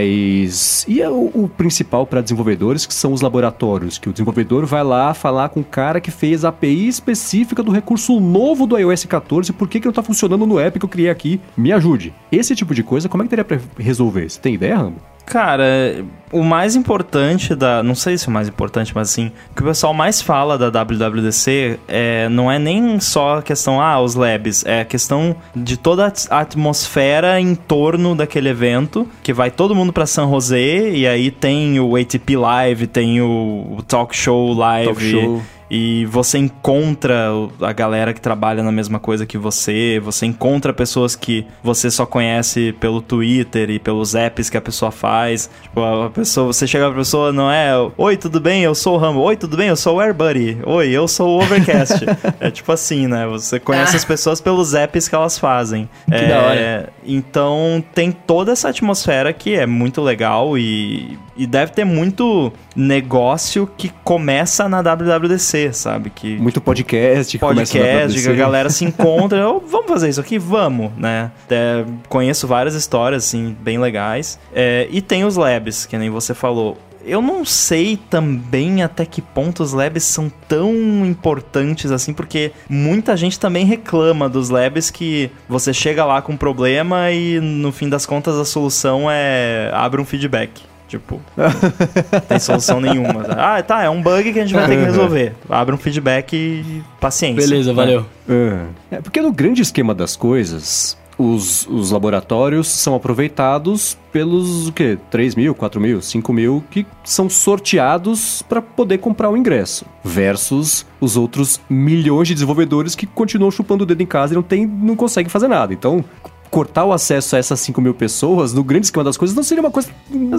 mas e o principal para desenvolvedores, que são os laboratórios, que o desenvolvedor vai lá falar com o cara que fez a API específica do recurso novo do iOS 14, por que não tá funcionando no app que eu criei aqui? Me ajude. Esse tipo de coisa, como é que teria pra resolver? Você tem ideia, Rambo? Cara, o mais importante não sei se é o mais importante, mas assim, o que o pessoal mais fala da WWDC não é nem só a questão, os labs, é a questão de toda a atmosfera em torno daquele evento, que vai todo mundo pra San José, e aí tem o ATP Live, tem o Talk Show Live. E você encontra a galera que trabalha na mesma coisa que você encontra pessoas que você só conhece pelo Twitter e pelos apps que a pessoa faz. Tipo, você chega pra pessoa, não é, oi, tudo bem? Eu sou o Rambo. Oi, tudo bem? Eu sou o AirBuddy. Oi, eu sou o Overcast. É tipo assim, né? Você conhece as pessoas pelos apps que elas fazem. Que da hora. Então, tem toda essa atmosfera que é muito legal e deve ter muito negócio que começa na WWDC, sabe? Muito podcast que começa na WWDC. Que a galera se encontra, vamos fazer isso aqui? Vamos, né? Conheço várias histórias, assim, bem legais. E tem os labs, que nem você falou. Eu não sei também até que ponto os labs são tão importantes assim, porque muita gente também reclama dos labs que você chega lá com um problema e no fim das contas a solução abre um feedback. Tipo, não tem solução nenhuma. É um bug que a gente vai ter que resolver. Abre um feedback e paciência. Beleza, valeu. Porque no grande esquema das coisas, os laboratórios são aproveitados pelos, 3 mil, 4 mil, 5 mil, que são sorteados para poder comprar o ingresso. Versus os outros milhões de desenvolvedores que continuam chupando o dedo em casa e não conseguem fazer nada. Então, cortar o acesso a essas 5 mil pessoas, no grande esquema das coisas, não seria uma coisa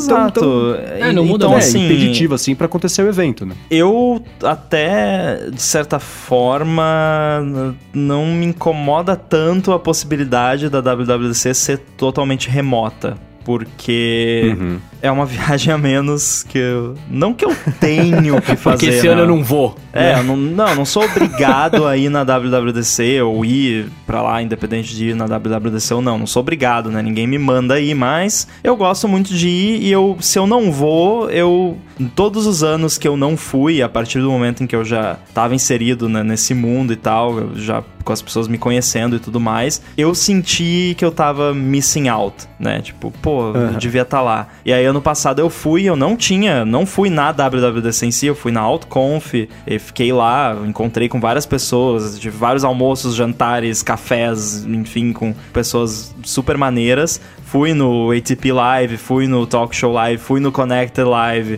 não muda então, assim, impeditiva assim para acontecer o evento, né? Eu até, de certa forma, não me incomoda tanto a possibilidade da WWDC ser totalmente remota. Porque é uma viagem a menos que eu... Não que eu tenho que fazer. Porque esse ano eu não vou. Eu não sou obrigado a ir na WWDC ou ir pra lá, independente de ir na WWDC ou não. Não sou obrigado, né? Ninguém me manda ir, mas eu gosto muito de ir e se eu não vou, todos os anos que eu não fui, a partir do momento em que eu já tava inserido, né, nesse mundo e tal, eu já com as pessoas me conhecendo e tudo mais, eu senti que eu tava missing out, né? Tipo, eu devia estar lá. E aí ano passado eu não fui na WWDC em si, eu fui na AltConf, e fiquei lá, encontrei com várias pessoas, tive vários almoços, jantares, cafés, enfim, com pessoas super maneiras. fui no ATP Live, fui no Talk Show Live, fui no Connected Live,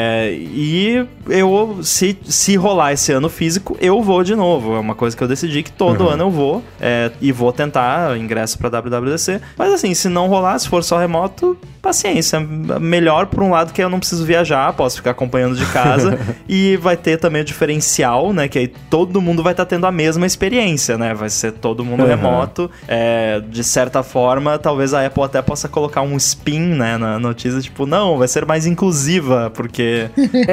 e eu, se rolar esse ano físico, eu vou de novo. É uma coisa que eu decidi que todo ano eu vou, e vou tentar ingresso pra WWDC. Mas assim, se não rolar, se for só remoto, paciência. Melhor por um lado que eu não preciso viajar, posso ficar acompanhando de casa e vai ter também o diferencial, né, que aí todo mundo vai estar tendo a mesma experiência, né, vai ser todo mundo remoto. De certa forma, talvez a Apple até possa colocar um spin, né, na notícia, tipo, não, vai ser mais inclusiva, porque...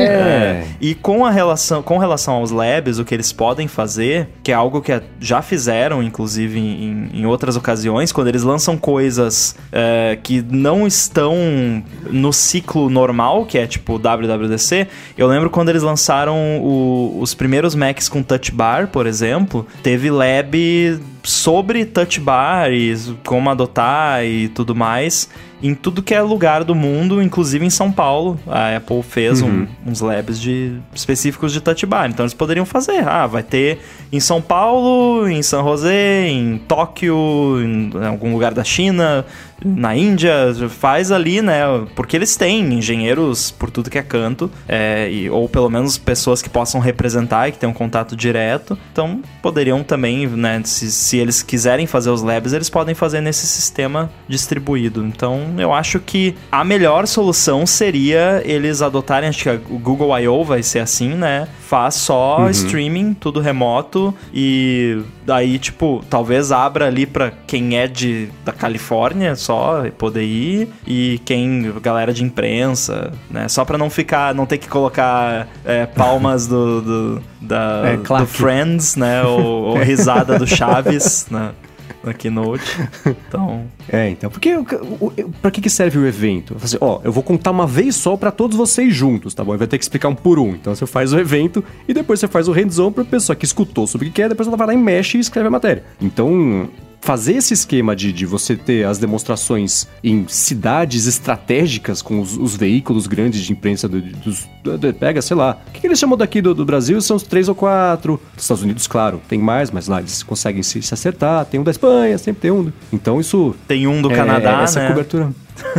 E com relação aos labs, o que eles podem fazer, que é algo que já fizeram, inclusive, em outras ocasiões, quando eles lançam coisas que não estão no ciclo normal, que é tipo o WWDC. Eu lembro quando eles lançaram os primeiros Macs com Touch Bar, por exemplo, teve lab sobre Touch Bar e como adotar e tudo mais em tudo que é lugar do mundo, inclusive em São Paulo. A Apple fez uns labs específicos de Touch Bar, então eles poderiam fazer. Vai ter em São Paulo, em San José, em Tóquio, em algum lugar da China, na Índia, faz ali, né? Porque eles têm engenheiros por tudo que é canto, ou pelo menos pessoas que possam representar e que tenham um contato direto. Então, poderiam também, né? Se eles quiserem fazer os labs, eles podem fazer nesse sistema distribuído. Então, eu acho que a melhor solução seria eles adotarem, acho que o Google I.O. vai ser assim, né? Faz só streaming, tudo remoto, e daí, tipo, talvez abra ali pra quem é da Califórnia só poder ir, e galera de imprensa, né? Só pra não ter que colocar palmas do Friends, né? Ou risada do Chaves, né? Na Keynote. Então... então, porque pra que serve o evento? Eu vou contar uma vez só pra todos vocês juntos, tá bom? Eu vou ter que explicar um por um. Então você faz o evento e depois você faz o hands-on pra pessoa que escutou sobre o que quer, depois ela vai lá e mexe e escreve a matéria. Então... fazer esse esquema de você ter as demonstrações em cidades estratégicas com os veículos grandes de imprensa pega, sei lá, o que eles chamam daqui do Brasil? São os 3 ou 4. Dos Estados Unidos, claro, tem mais, mas lá eles conseguem se acertar. Tem um da Espanha, sempre tem um. Então isso... tem um do Canadá, essa né? Cobertura...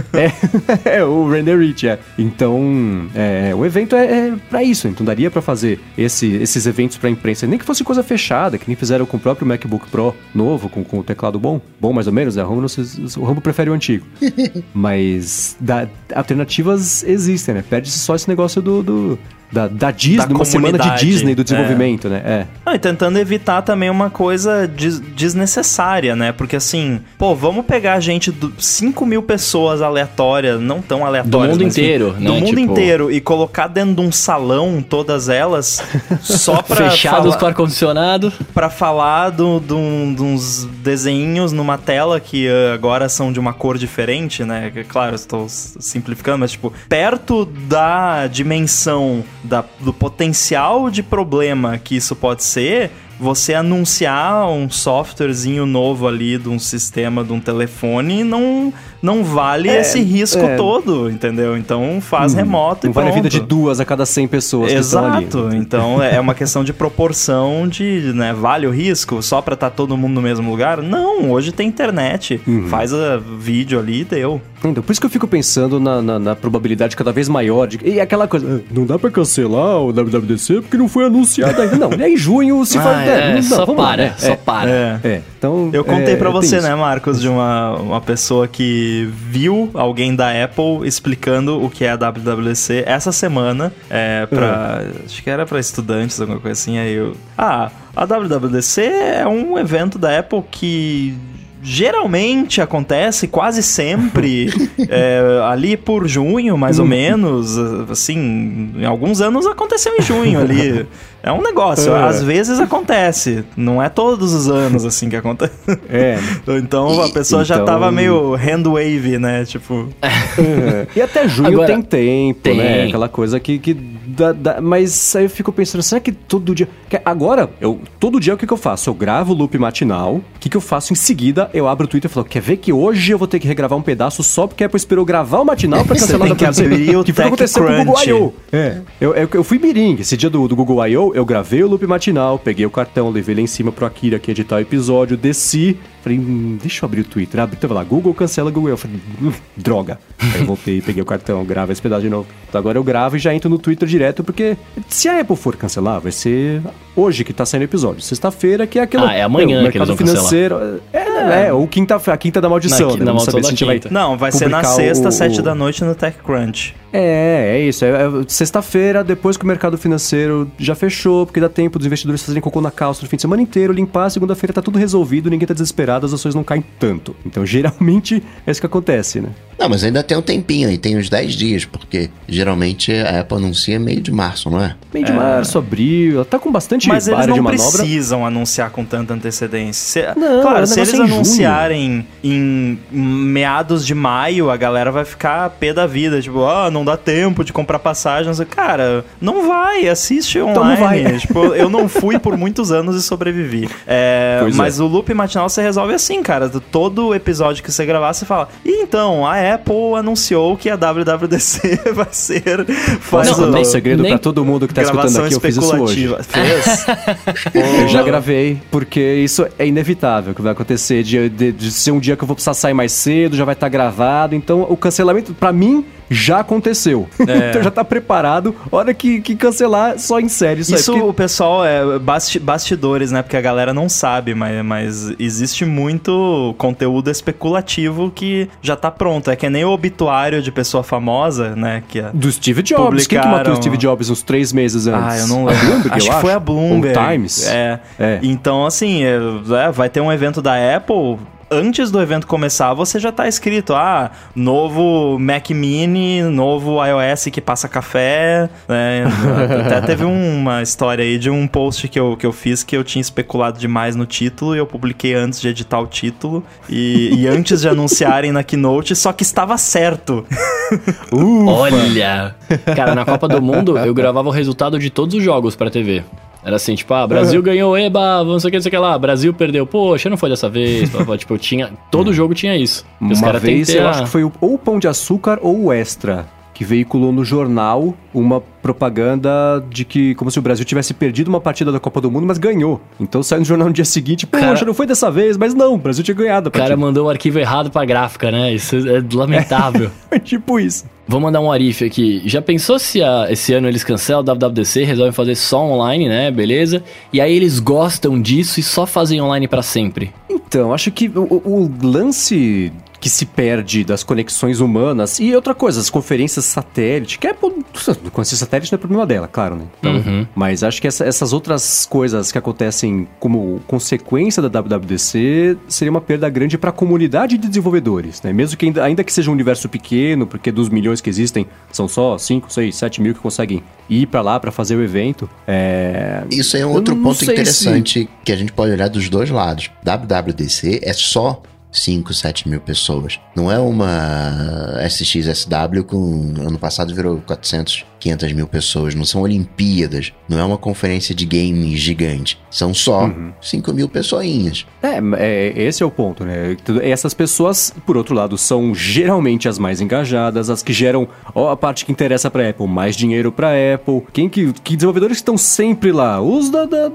o Render Rich, Então, o evento é pra isso. Então daria pra fazer esses eventos pra imprensa, nem que fosse coisa fechada, que nem fizeram com o próprio MacBook Pro novo, com o teclado bom mais ou menos, o Rambo prefere o antigo. Mas alternativas existem, né? Perde-se só esse negócio da Disney, uma semana de Disney do desenvolvimento, né? E tentando evitar também uma coisa desnecessária, né? Porque assim, vamos pegar gente 5 mil pessoas aleatórias, não tão aleatórias, do mundo inteiro, né? Do mundo inteiro, e colocar dentro de um salão todas elas só pra fechados com ar-condicionado, pra falar de uns desenhinhos numa tela que agora são de uma cor diferente, né? Claro, estou simplificando, mas tipo, perto da dimensão do potencial de problema que isso pode ser, você anunciar um softwarezinho novo ali de um sistema, de um telefone, não vale esse risco todo, entendeu? Então faz remoto e pronto. Vale a vida de 2 a cada 100 pessoas. Exato. Que estão ali. Então é uma questão de proporção né, vale o risco só pra estar todo mundo no mesmo lugar? Não, hoje tem internet, faz vídeo ali e deu. Então, por isso que eu fico pensando na probabilidade cada vez maior e aquela coisa, não dá pra cancelar o WWDC porque não foi anunciado ainda. Não, em junho se faz... só para. Então, eu contei pra você, né, Marcos, de uma pessoa que viu alguém da Apple explicando o que é a WWDC essa semana, acho que era pra estudantes, alguma coisa assim, aí a WWDC é um evento da Apple que geralmente acontece quase sempre ali por junho, mais ou menos, assim, em alguns anos aconteceu em junho ali. É um negócio, às vezes acontece, não é todos os anos assim que acontece. Então a pessoa já tava meio hand wave, né, tipo... E até junho agora, tem tempo, né, aquela coisa que mas aí eu fico pensando, será que todo dia... Agora, todo dia o que eu faço? Eu gravo o loop matinal, o que eu faço em seguida? Eu abro o Twitter e falo, quer ver que hoje eu vou ter que regravar um pedaço só porque a Apple esperou gravar o matinal pra cancelar o WWDC? Que foi acontecer com o Google I.O. Eu fui mirim, esse dia do Google I.O. eu gravei o loop matinal, peguei o cartão, levei lá em cima pro Akira aqui editar o episódio, desci, Falei, deixa eu abrir o Twitter. Tava lá, Google cancela Google. Eu falei, droga. Aí eu voltei, peguei o cartão, gravo esse pedaço de novo. Então agora eu gravo e já entro no Twitter direto, porque se a Apple for cancelar, vai ser hoje que tá saindo o episódio. Sexta-feira, que é aquela... é amanhã que eles vão financeiro. Ou a quinta da maldição, né? Vamos saber se a gente vai... Não, vai ser na sexta, 7 da noite no TechCrunch. É isso. Sexta-feira, depois que o mercado financeiro já fechou, porque dá tempo dos investidores fazerem cocô na calça no fim de semana inteiro, limpar, segunda-feira tá tudo resolvido, ninguém tá desesperado, as ações não caem tanto. Então, geralmente, é isso que acontece, né? Não, mas ainda tem um tempinho aí, tem uns 10 dias, porque geralmente a Apple anuncia meio de março, não é? Meio de março, abril, ela tá com bastante área de manobra. Mas eles não precisam manobra. Anunciar com tanta antecedência. Claro, se eles anunciarem em meados de maio, a galera vai ficar pé da vida, tipo, não dá tempo de comprar passagem. Cara, não vai, assiste online. Então não vai. Tipo, eu não fui por muitos anos e sobrevivi. Mas o loop matinal você resolve assim, cara. Todo episódio que você gravar, você fala, e então, a Apple anunciou que a WWDC vai ser... Não, segredo pra todo mundo que tá escutando aqui, eu fiz isso hoje. Fez? Eu já gravei, porque isso é inevitável que vai acontecer, de ser um dia que eu vou precisar sair mais cedo, já vai estar gravado, então o cancelamento, pra mim, já aconteceu. Então já tá preparado. Hora que cancelar, só insere isso aí. Porque... o pessoal bastidores, né? Porque a galera não sabe, mas existe muito conteúdo especulativo que já tá pronto. É que nem o obituário de pessoa famosa, né? Do Steve Jobs. Publicaram... Quem que matou o Steve Jobs uns 3 meses antes? Eu não lembro. Bloomberg, acho que foi a Bloomberg. Ou Times. Então, assim, vai ter um evento da Apple... Antes do evento começar, você já tá escrito, novo Mac Mini, novo iOS que passa café, né? Até teve uma história aí de um post que eu fiz que eu tinha especulado demais no título e eu publiquei antes de editar o título e antes de anunciarem na Keynote, só que estava certo. Olha! Cara, na Copa do Mundo, eu gravava o resultado de todos os jogos pra TV. Era assim, tipo, Brasil ganhou, eba, não sei o que lá, Brasil perdeu, poxa, não foi dessa vez. Tipo, todo jogo tinha isso. Uma vez, eu acho que foi ou o Pão de Açúcar ou o Extra, que veiculou no jornal uma propaganda de que, como se o Brasil tivesse perdido uma partida da Copa do Mundo, mas ganhou. Então saiu no jornal no dia seguinte, poxa, não foi dessa vez, mas não, o Brasil tinha ganhado a partida. O cara mandou o arquivo errado pra gráfica, né? Isso é lamentável. Tipo isso. Vou mandar um arife aqui. Já pensou se esse ano eles cancelam o WWDC, resolvem fazer só online, né? Beleza. E aí eles gostam disso e só fazem online pra sempre? Então, acho que o lance que se perde das conexões humanas. E outra coisa, as conferências satélite, que é... Conferência satélite não é problema dela, claro, né? Então, mas acho que essas outras coisas que acontecem como consequência da WWDC seria uma perda grande para a comunidade de desenvolvedores, né? Mesmo que ainda que seja um universo pequeno, porque dos milhões que existem, são só 5, 6, 7 mil que conseguem ir para lá para fazer o evento. Isso é um outro ponto interessante que a gente pode olhar dos dois lados. WWDC é só 5, 7 mil pessoas. Não é uma SXSW com... ano passado virou 400, 500 mil pessoas. Não são Olimpíadas. Não é uma conferência de games gigante. São só 5 mil pessoinhas. Esse é o ponto, né? Essas pessoas, por outro lado, são geralmente as mais engajadas, as que geram a parte que interessa pra Apple, mais dinheiro pra Apple. Que desenvolvedores que estão sempre lá? Os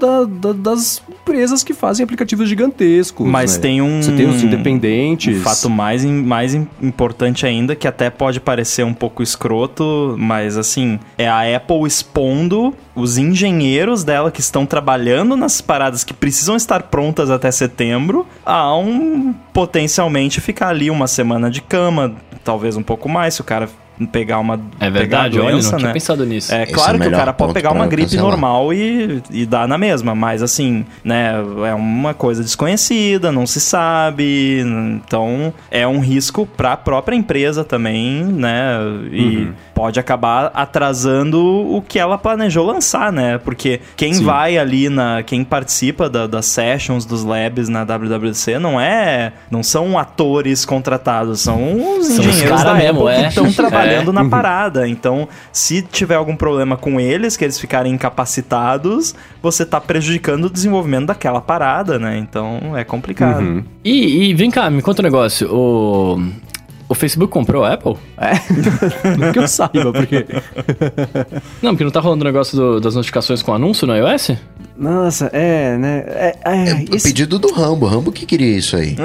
das empresas que fazem aplicativos gigantescos. Mas, né? Você tem os independentes. Um fato mais importante ainda, que até pode parecer um pouco escroto, mas assim, é a Apple expondo os engenheiros dela que estão trabalhando nas paradas que precisam estar prontas até setembro a potencialmente ficar ali uma semana de cama, talvez um pouco mais, se o cara pegar uma verdade, doença, olha, não tinha né? pensado nisso. É claro que o cara pode pegar uma gripe normal e dar na mesma, mas assim, né, é uma coisa desconhecida, não se sabe, então é um risco para a própria empresa também, né, e pode acabar atrasando o que ela planejou lançar, né, porque quem vai ali quem participa das sessions, dos labs na WWDC não são atores contratados, são os engenheiros da Apple que estão trabalhando na parada. Então, se tiver algum problema com eles, que eles ficarem incapacitados, você tá prejudicando o desenvolvimento daquela parada, né? Então, é complicado. E vem cá, me conta um negócio. O O Facebook comprou a Apple? Não que eu saiba, porque... Não, porque não tá rolando o negócio das notificações com anúncio no iOS? Nossa, né? O pedido do Rambo. Rambo que queria isso aí.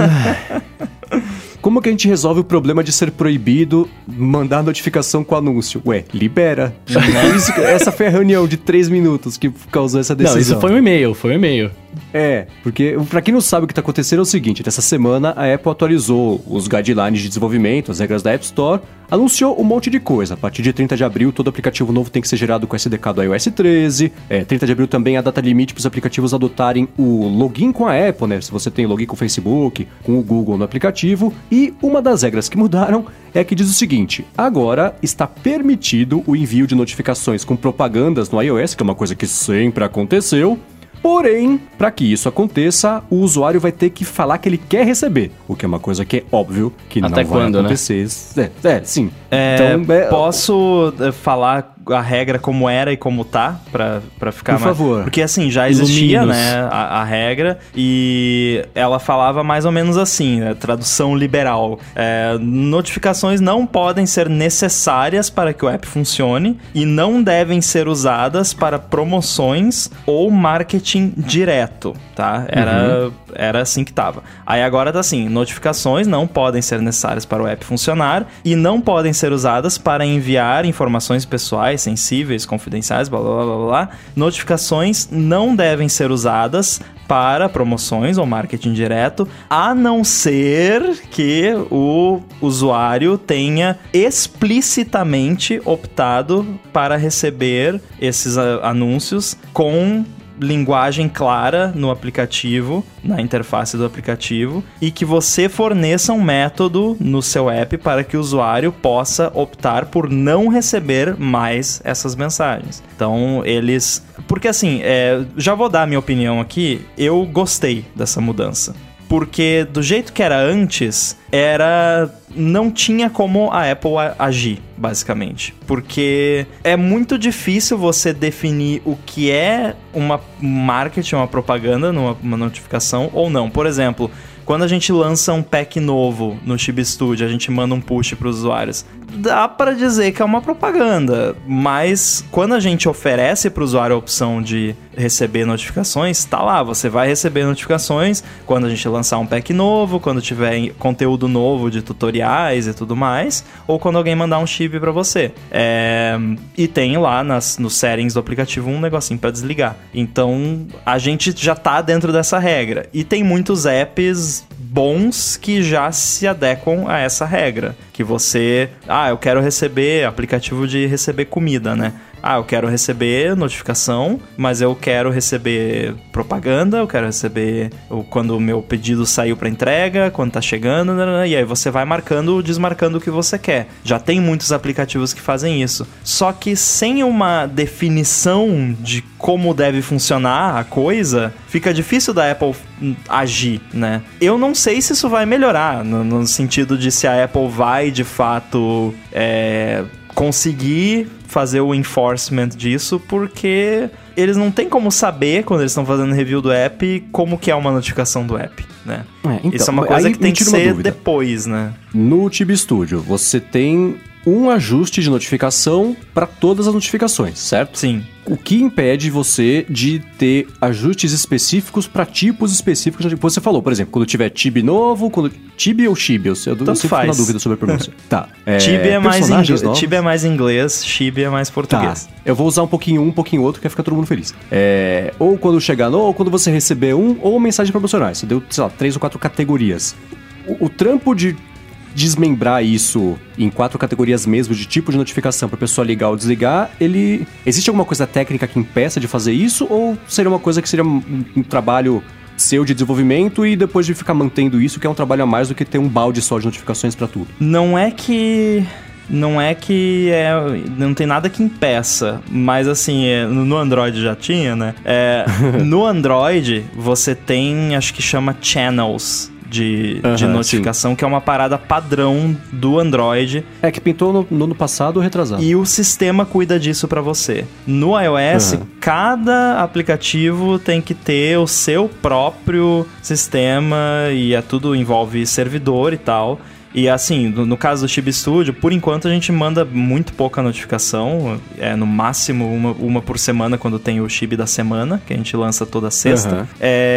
Como que a gente resolve o problema de ser proibido mandar notificação com anúncio? Ué, libera. Essa foi a reunião de 3 minutos que causou essa decisão. Não, isso foi um e-mail. Porque pra quem não sabe o que tá acontecendo é o seguinte, nessa semana a Apple atualizou os guidelines de desenvolvimento, as regras da App Store, anunciou um monte de coisa. A partir de 30 de abril, todo aplicativo novo tem que ser gerado com o SDK do iOS 13. 30 de abril também é a data limite para os aplicativos adotarem o login com a Apple, né? Se você tem login com o Facebook, com o Google no aplicativo. E uma das regras que mudaram é que diz o seguinte: agora está permitido o envio de notificações com propagandas no iOS, que é uma coisa que sempre aconteceu. Porém, para que isso aconteça, o usuário vai ter que falar que ele quer receber, o que é uma coisa que é óbvio que até não quando, vai acontecer. Né? Sim. Então, posso falar a regra como era e como tá, pra ficar Por favor. Porque assim, já existia, Ilumine-nos. né, a regra, e ela falava mais ou menos assim, né, tradução liberal. Notificações não podem ser necessárias para que o app funcione e não devem ser usadas para promoções ou marketing direto, tá? Era assim que tava. Aí agora tá assim, notificações não podem ser necessárias para o app funcionar e não podem ser usadas para enviar informações pessoais, sensíveis, confidenciais, blá blá blá blá. Notificações não devem ser usadas para promoções ou marketing direto, a não ser que o usuário tenha explicitamente optado para receber esses anúncios com linguagem clara no aplicativo, na interface do aplicativo, e que você forneça um método no seu app para que o usuário possa optar por não receber mais essas mensagens. Então, porque assim, já vou dar a minha opinião aqui, eu gostei dessa mudança. Porque do jeito que era antes, não tinha como a Apple agir, basicamente. Porque é muito difícil você definir o que é uma marketing, uma propaganda, uma notificação ou não. Por exemplo, quando a gente lança um pack novo no Chibi Studio, a gente manda um push para os usuários. Dá para dizer que é uma propaganda, mas quando a gente oferece para o usuário a opção de receber notificações, tá lá, você vai receber notificações quando a gente lançar um pack novo, quando tiver conteúdo novo de tutoriais e tudo mais, ou quando alguém mandar um chip para você. E tem lá nos settings do aplicativo um negocinho para desligar. Então, a gente já tá dentro dessa regra. E tem muitos apps bons que já se adequam a essa regra. Que você... eu quero receber aplicativo de receber comida, né? Eu quero receber notificação, mas eu quero receber propaganda, eu quero receber quando o meu pedido saiu para entrega, quando tá chegando, e aí você vai marcando, desmarcando o que você quer. Já tem muitos aplicativos que fazem isso. Só que sem uma definição de como deve funcionar a coisa, fica difícil da Apple agir, né? Eu não sei se isso vai melhorar, no sentido de se a Apple vai, de fato, conseguir fazer o enforcement disso, porque eles não têm como saber, quando eles estão fazendo review do app, como que é uma notificação do app, né? Então, isso é uma coisa que tem que ser depois, né? No Chibi Studio, você tem um ajuste de notificação para todas as notificações, certo? Sim. O que impede você de ter ajustes específicos para tipos específicos? Você falou, por exemplo, quando tiver Chibi novo, Chibi ou Chibi? Eu sempre fico na dúvida sobre a pronúncia. Tá. Chibi é mais inglês, Chibi é mais português. Tá. Eu vou usar um pouquinho outro, que vai ficar todo mundo feliz. Ou quando chegar ou quando você receber ou mensagem promocional. Você deu, 3 ou 4 categorias. O trampo de desmembrar isso em 4 categorias mesmo de tipo de notificação para a pessoa ligar ou desligar, existe alguma coisa técnica que impeça de fazer isso, ou seria uma coisa que seria um trabalho seu de desenvolvimento e depois de ficar mantendo isso, que é um trabalho a mais do que ter um balde só de notificações para tudo? Não tem nada que impeça, mas assim, no Android já tinha, né? No Android você tem, acho que chama channels de notificação, sim, que é uma parada padrão do Android. Que pintou no ano passado ou retrasado. E o sistema cuida disso pra você. No iOS, cada aplicativo tem que ter o seu próprio sistema, e tudo envolve servidor e tal. E assim, no caso do Chibi Studio, por enquanto a gente manda muito pouca notificação, no máximo uma por semana quando tem o Chibi da semana, que a gente lança toda sexta.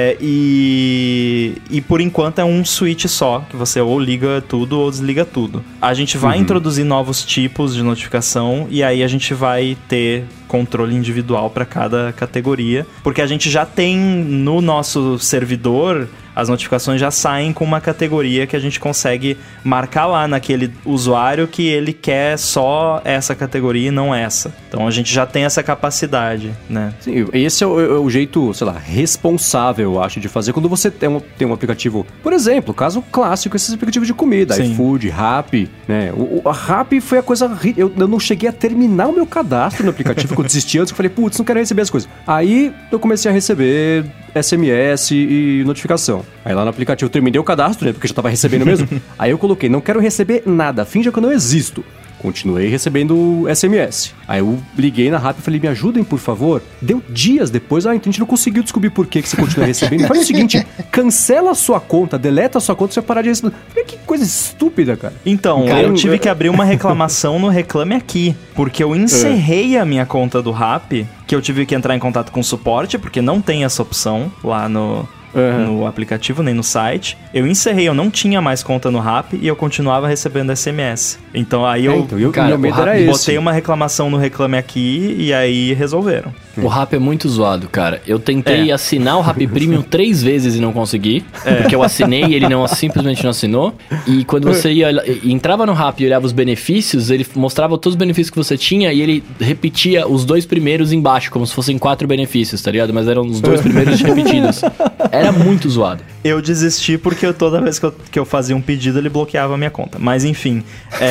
E por enquanto é um switch só, que você ou liga tudo ou desliga tudo. A gente vai introduzir novos tipos de notificação e aí a gente vai ter controle individual para cada categoria, porque a gente já tem no nosso servidor, as notificações já saem com uma categoria que a gente consegue marcar lá naquele usuário que ele quer só essa categoria e não essa. Então a gente já tem essa capacidade, né? Sim, esse é o jeito, sei lá, responsável, eu acho, de fazer quando você tem um aplicativo, por exemplo, caso clássico, esses aplicativos de comida, Sim. iFood, Rappi, né? A Rappi foi a coisa... Eu não cheguei a terminar o meu cadastro no aplicativo, que eu desisti antes, eu falei, putz, não quero receber as coisas. Aí eu comecei a receber SMS e notificação. Aí lá no aplicativo eu terminei o cadastro, né? Porque eu já tava recebendo mesmo. Aí eu coloquei, não quero receber nada, finja que eu não existo. Continuei recebendo SMS. Aí eu liguei na Rappi e falei, me ajudem, por favor. Deu dias depois, então a gente não conseguiu descobrir por que você continua recebendo. Faz o seguinte, cancela a sua conta, deleta a sua conta, você vai parar de receber. Que coisa estúpida, cara. Então, eu tive que abrir uma reclamação no Reclame Aqui, porque eu encerrei a minha conta do Rappi, que eu tive que entrar em contato com o suporte, porque não tem essa opção lá no aplicativo, nem no site. Eu encerrei, eu não tinha mais conta no Rappi e eu continuava recebendo SMS. Então aí cara, botei uma reclamação no Reclame Aqui e aí resolveram. O Rappi é muito zoado, cara. Eu tentei assinar o Rappi Premium 3 vezes e não consegui, porque eu assinei e ele simplesmente não assinou. E quando você entrava no Rappi e olhava os benefícios, ele mostrava todos os benefícios que você tinha e ele repetia os 2 primeiros embaixo, como se fossem 4 benefícios, tá ligado? Mas eram os 2 primeiros repetidos. Era muito zoado. Eu desisti porque toda vez que eu fazia um pedido, ele bloqueava a minha conta. Mas enfim,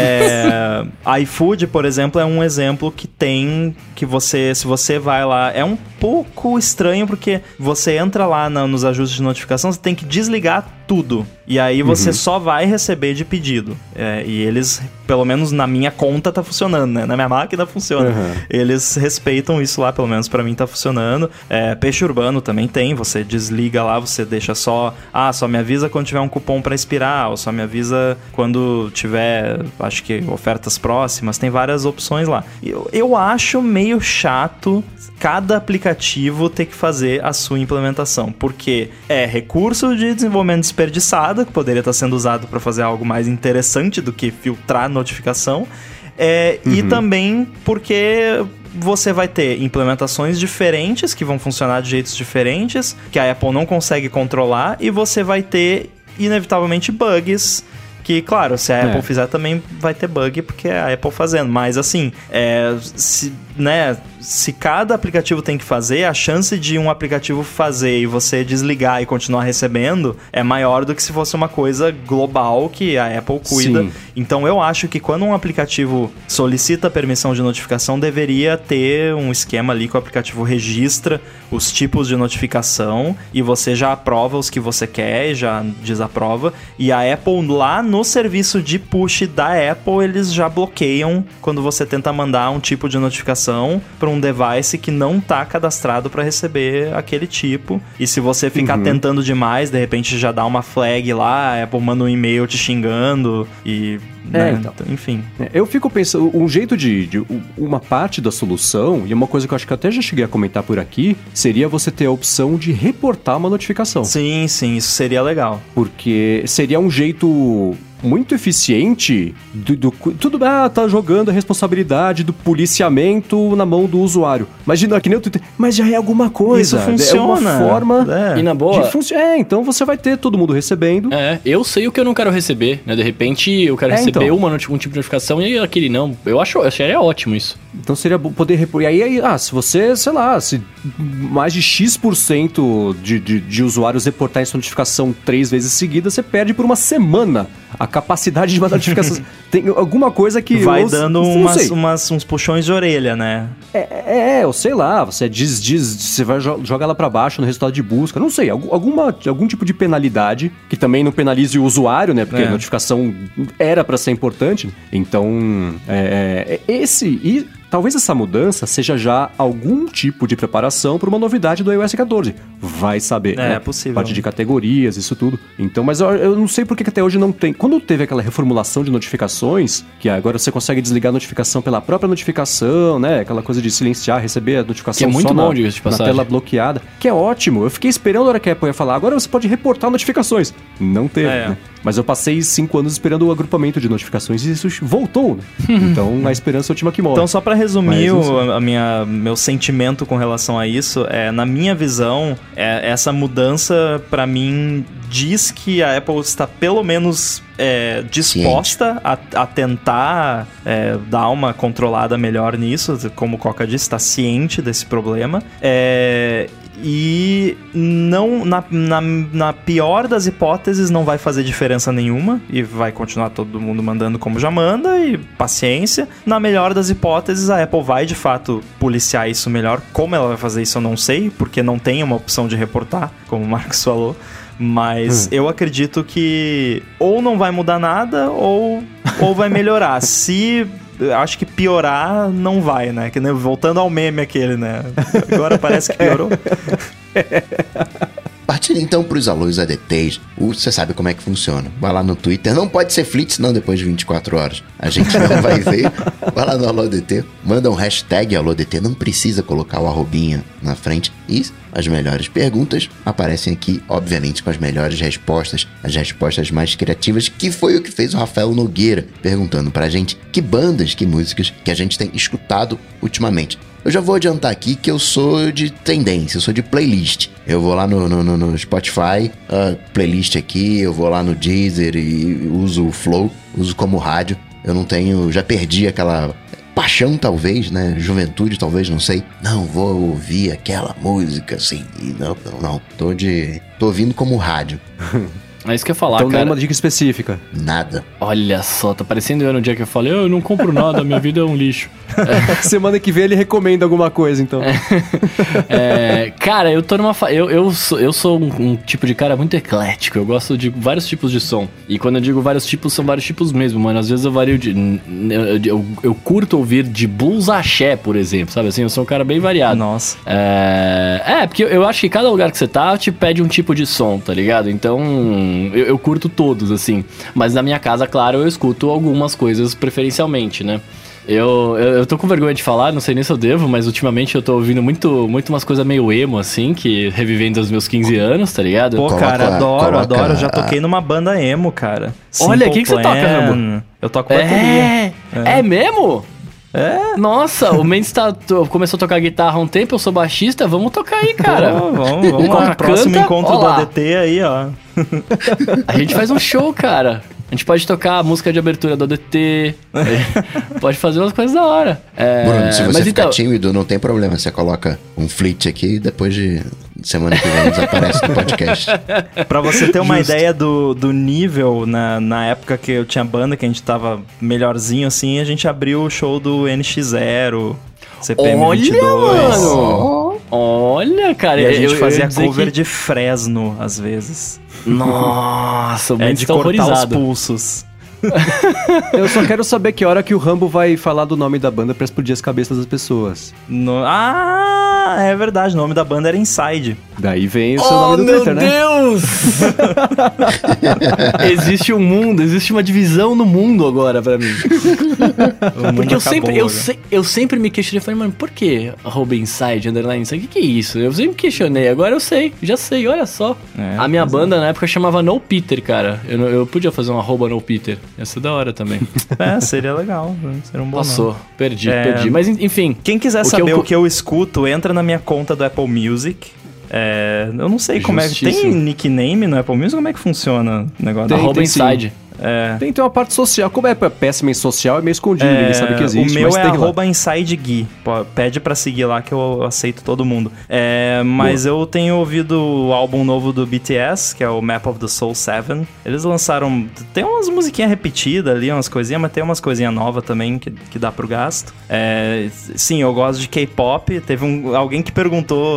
iFood, por exemplo, é um exemplo que tem que se você vai lá, é um pouco estranho porque você entra lá nos ajustes de notificação, você tem que desligar tudo. E aí você só vai receber de pedido. E eles, pelo menos na minha conta, tá funcionando, né? Na minha máquina funciona. Eles respeitam isso lá, pelo menos pra mim tá funcionando. Peixe Urbano também tem, você desliga lá, você deixa só me avisa quando tiver um cupom pra expirar, ou só me avisa quando tiver, acho que ofertas próximas, tem várias opções lá. Eu acho meio chato cada aplicativo ter que fazer a sua implementação, porque é recurso de desenvolvimento desperdiçado, que poderia estar sendo usado para fazer algo mais interessante do que filtrar notificação, e também porque você vai ter implementações diferentes que vão funcionar de jeitos diferentes, que a Apple não consegue controlar, e você vai ter, inevitavelmente, bugs que, claro, se a Apple fizer também vai ter bug, porque é a Apple fazendo. Mas, assim, se cada aplicativo tem que fazer, a chance de um aplicativo fazer e você desligar e continuar recebendo é maior do que se fosse uma coisa global que a Apple cuida. Sim. Então, eu acho que quando um aplicativo solicita permissão de notificação, deveria ter um esquema ali que o aplicativo registra os tipos de notificação e você já aprova os que você quer e já desaprova. E a Apple, lá no serviço de push da Apple, eles já bloqueiam quando você tenta mandar um tipo de notificação para um device que não está cadastrado para receber aquele tipo. E se você ficar tentando demais, de repente já dá uma flag lá, a Apple manda um e-mail te xingando e... então. Enfim. Eu fico pensando, um jeito uma parte da solução, e uma coisa que eu acho que eu até já cheguei a comentar por aqui, seria você ter a opção de reportar uma notificação. Sim, isso seria legal. Porque seria um jeito muito eficiente tudo tá jogando a responsabilidade do policiamento na mão do usuário. Imagina que nem o Twitter, mas já é alguma coisa. Isso funciona. É uma forma e na boa então você vai ter todo mundo recebendo. Eu sei o que eu não quero receber, né? De repente eu quero receber um tipo de notificação e aquele não. Eu acharia ótimo isso. Então seria poder repor. E aí, se você, sei lá, se mais de X% de usuários reportarem essa notificação 3 vezes seguidas, você perde por uma semana a capacidade de mandar notificações. Tem alguma coisa que... Vai dando uns puxões de orelha, né? Eu sei lá, você você vai jogar ela pra baixo no resultado de busca, não sei, algum tipo de penalidade, que também não penalize o usuário, né? Porque a notificação era pra ser importante. Então, Talvez essa mudança seja já algum tipo de preparação para uma novidade do iOS 14. Vai saber, né? É possível. Parte de categorias, isso tudo. Então, mas eu não sei por que até hoje não tem. Quando teve aquela reformulação de notificações, que agora você consegue desligar a notificação pela própria notificação, né? Aquela coisa de silenciar, receber a notificação que é muito só bom, diga-se de na passagem. tela bloqueada, que é ótimo. Eu fiquei esperando a hora que a Apple ia falar, agora você pode reportar notificações. Não teve, né? Mas eu passei 5 anos esperando o agrupamento de notificações e isso voltou, né? Então, a esperança é a última que morre. Então, só pra resumir meu sentimento com relação a isso, na minha visão, essa mudança, pra mim, diz que a Apple está pelo menos disposta a tentar dar uma controlada melhor nisso, como o Coca disse, está ciente desse problema. E não, na pior das hipóteses, não vai fazer diferença nenhuma e vai continuar todo mundo mandando como já manda e paciência. Na melhor das hipóteses, a Apple vai de fato policiar isso melhor. Como ela vai fazer isso eu não sei, porque não tem uma opção de reportar, como o Marcos falou. Mas eu acredito que ou não vai mudar nada ou vai melhorar. Acho que piorar não vai, né? Que, voltando ao meme aquele, né? Agora parece que piorou. Partindo então para os alôs ADTs, você sabe como é que funciona. Vai lá no Twitter, não pode ser flit, senão depois de 24 horas a gente não vai ver. Vai lá no Alô ADT, manda um hashtag Alô ADT, não precisa colocar o arrobinha na frente. E as melhores perguntas aparecem aqui, obviamente com as melhores respostas, as respostas mais criativas, que foi o que fez o Rafael Nogueira, perguntando pra gente que bandas, que músicas que a gente tem escutado ultimamente. Eu já vou adiantar aqui que eu sou de tendência, eu sou de playlist. Eu vou lá no Spotify, playlist aqui, eu vou lá no Deezer e uso o Flow, uso como rádio. Eu não tenho, já perdi aquela paixão talvez, né? Juventude talvez, não sei. Não, vou ouvir aquela música assim. Não. Tô ouvindo como rádio. É isso que eu ia falar, então, cara. Então dá uma dica específica. Nada. Olha só, tá parecendo eu no dia que eu falei, eu não compro nada, minha vida é um lixo. Semana que vem ele recomenda alguma coisa, então. Cara, eu tô numa eu sou um tipo de cara muito eclético. Eu gosto de vários tipos de som. E quando eu digo vários tipos, são vários tipos mesmo, mano. Às vezes eu vario de... Eu curto ouvir de blues a axé, por exemplo, sabe assim? Eu sou um cara bem variado. Nossa. Porque eu acho que cada lugar que você tá te pede um tipo de som, tá ligado? Então... Eu curto todos, assim. Mas na minha casa, claro, eu escuto algumas coisas preferencialmente, né? Eu tô com vergonha de falar, não sei nem se eu devo, mas ultimamente eu tô ouvindo muito umas coisas meio emo, assim, que revivendo os meus 15 anos, tá ligado? Pô, cara, adoro. Já toquei numa banda emo, cara. Olha, o que você toca, Rambo? Eu toco bateria. É mesmo? Nossa, o Mendes começou a tocar guitarra há um tempo, eu sou baixista, vamos tocar aí, cara. Vamos lá, próximo encontro do ADT aí, ó. A gente faz um show, cara. A gente pode tocar a música de abertura do ADT, pode fazer umas coisas da hora. Bruno, se você ficar tímido, não tem problema, você coloca um flit aqui e depois de semana que vem desaparece do podcast. Pra você ter uma ideia do nível, na época que eu tinha banda, que a gente tava melhorzinho assim, a gente abriu o show do NX0, CPM 22. Mano! Olha, cara. E a gente fazia cover de Fresno, às vezes. Nossa, o Mendes de tá cortar horrorizado. os pulsos. Eu só quero saber que hora que o Rambo vai falar do nome da banda pra explodir as cabeças das pessoas. É verdade, o nome da banda era Inside. Daí vem o seu nome do Twitter, né? Oh, meu Deus! Existe um mundo, existe uma divisão no mundo agora pra mim. Porque eu sempre me questionei, falei, mano, por que @inside, underline inside? O que é isso? Eu sempre questionei, agora eu sei, já sei, olha só. A minha banda na época chamava No Peter, cara. Eu podia fazer um @No Peter. Ia ser da hora também. Seria legal. Seria um bom Passou, nome. perdi. Mas enfim. Quem quiser saber o que eu escuto, entra na minha conta do Apple Music. Eu não sei como é que... Tem nickname no Apple Music? Como é que funciona o negócio? @inside. Tem uma parte social. Como é péssimo em social, é meio escondido, ninguém sabe que existe. O meu mas é @InsideGui. Pede pra seguir lá que eu aceito todo mundo. Mas eu tenho ouvido o álbum novo do BTS, que é o Map of the Soul 7. Eles lançaram... Tem umas musiquinhas repetidas ali, umas coisinhas, mas tem umas coisinhas novas também que dá pro gasto. Sim, eu gosto de K-pop. Teve alguém que perguntou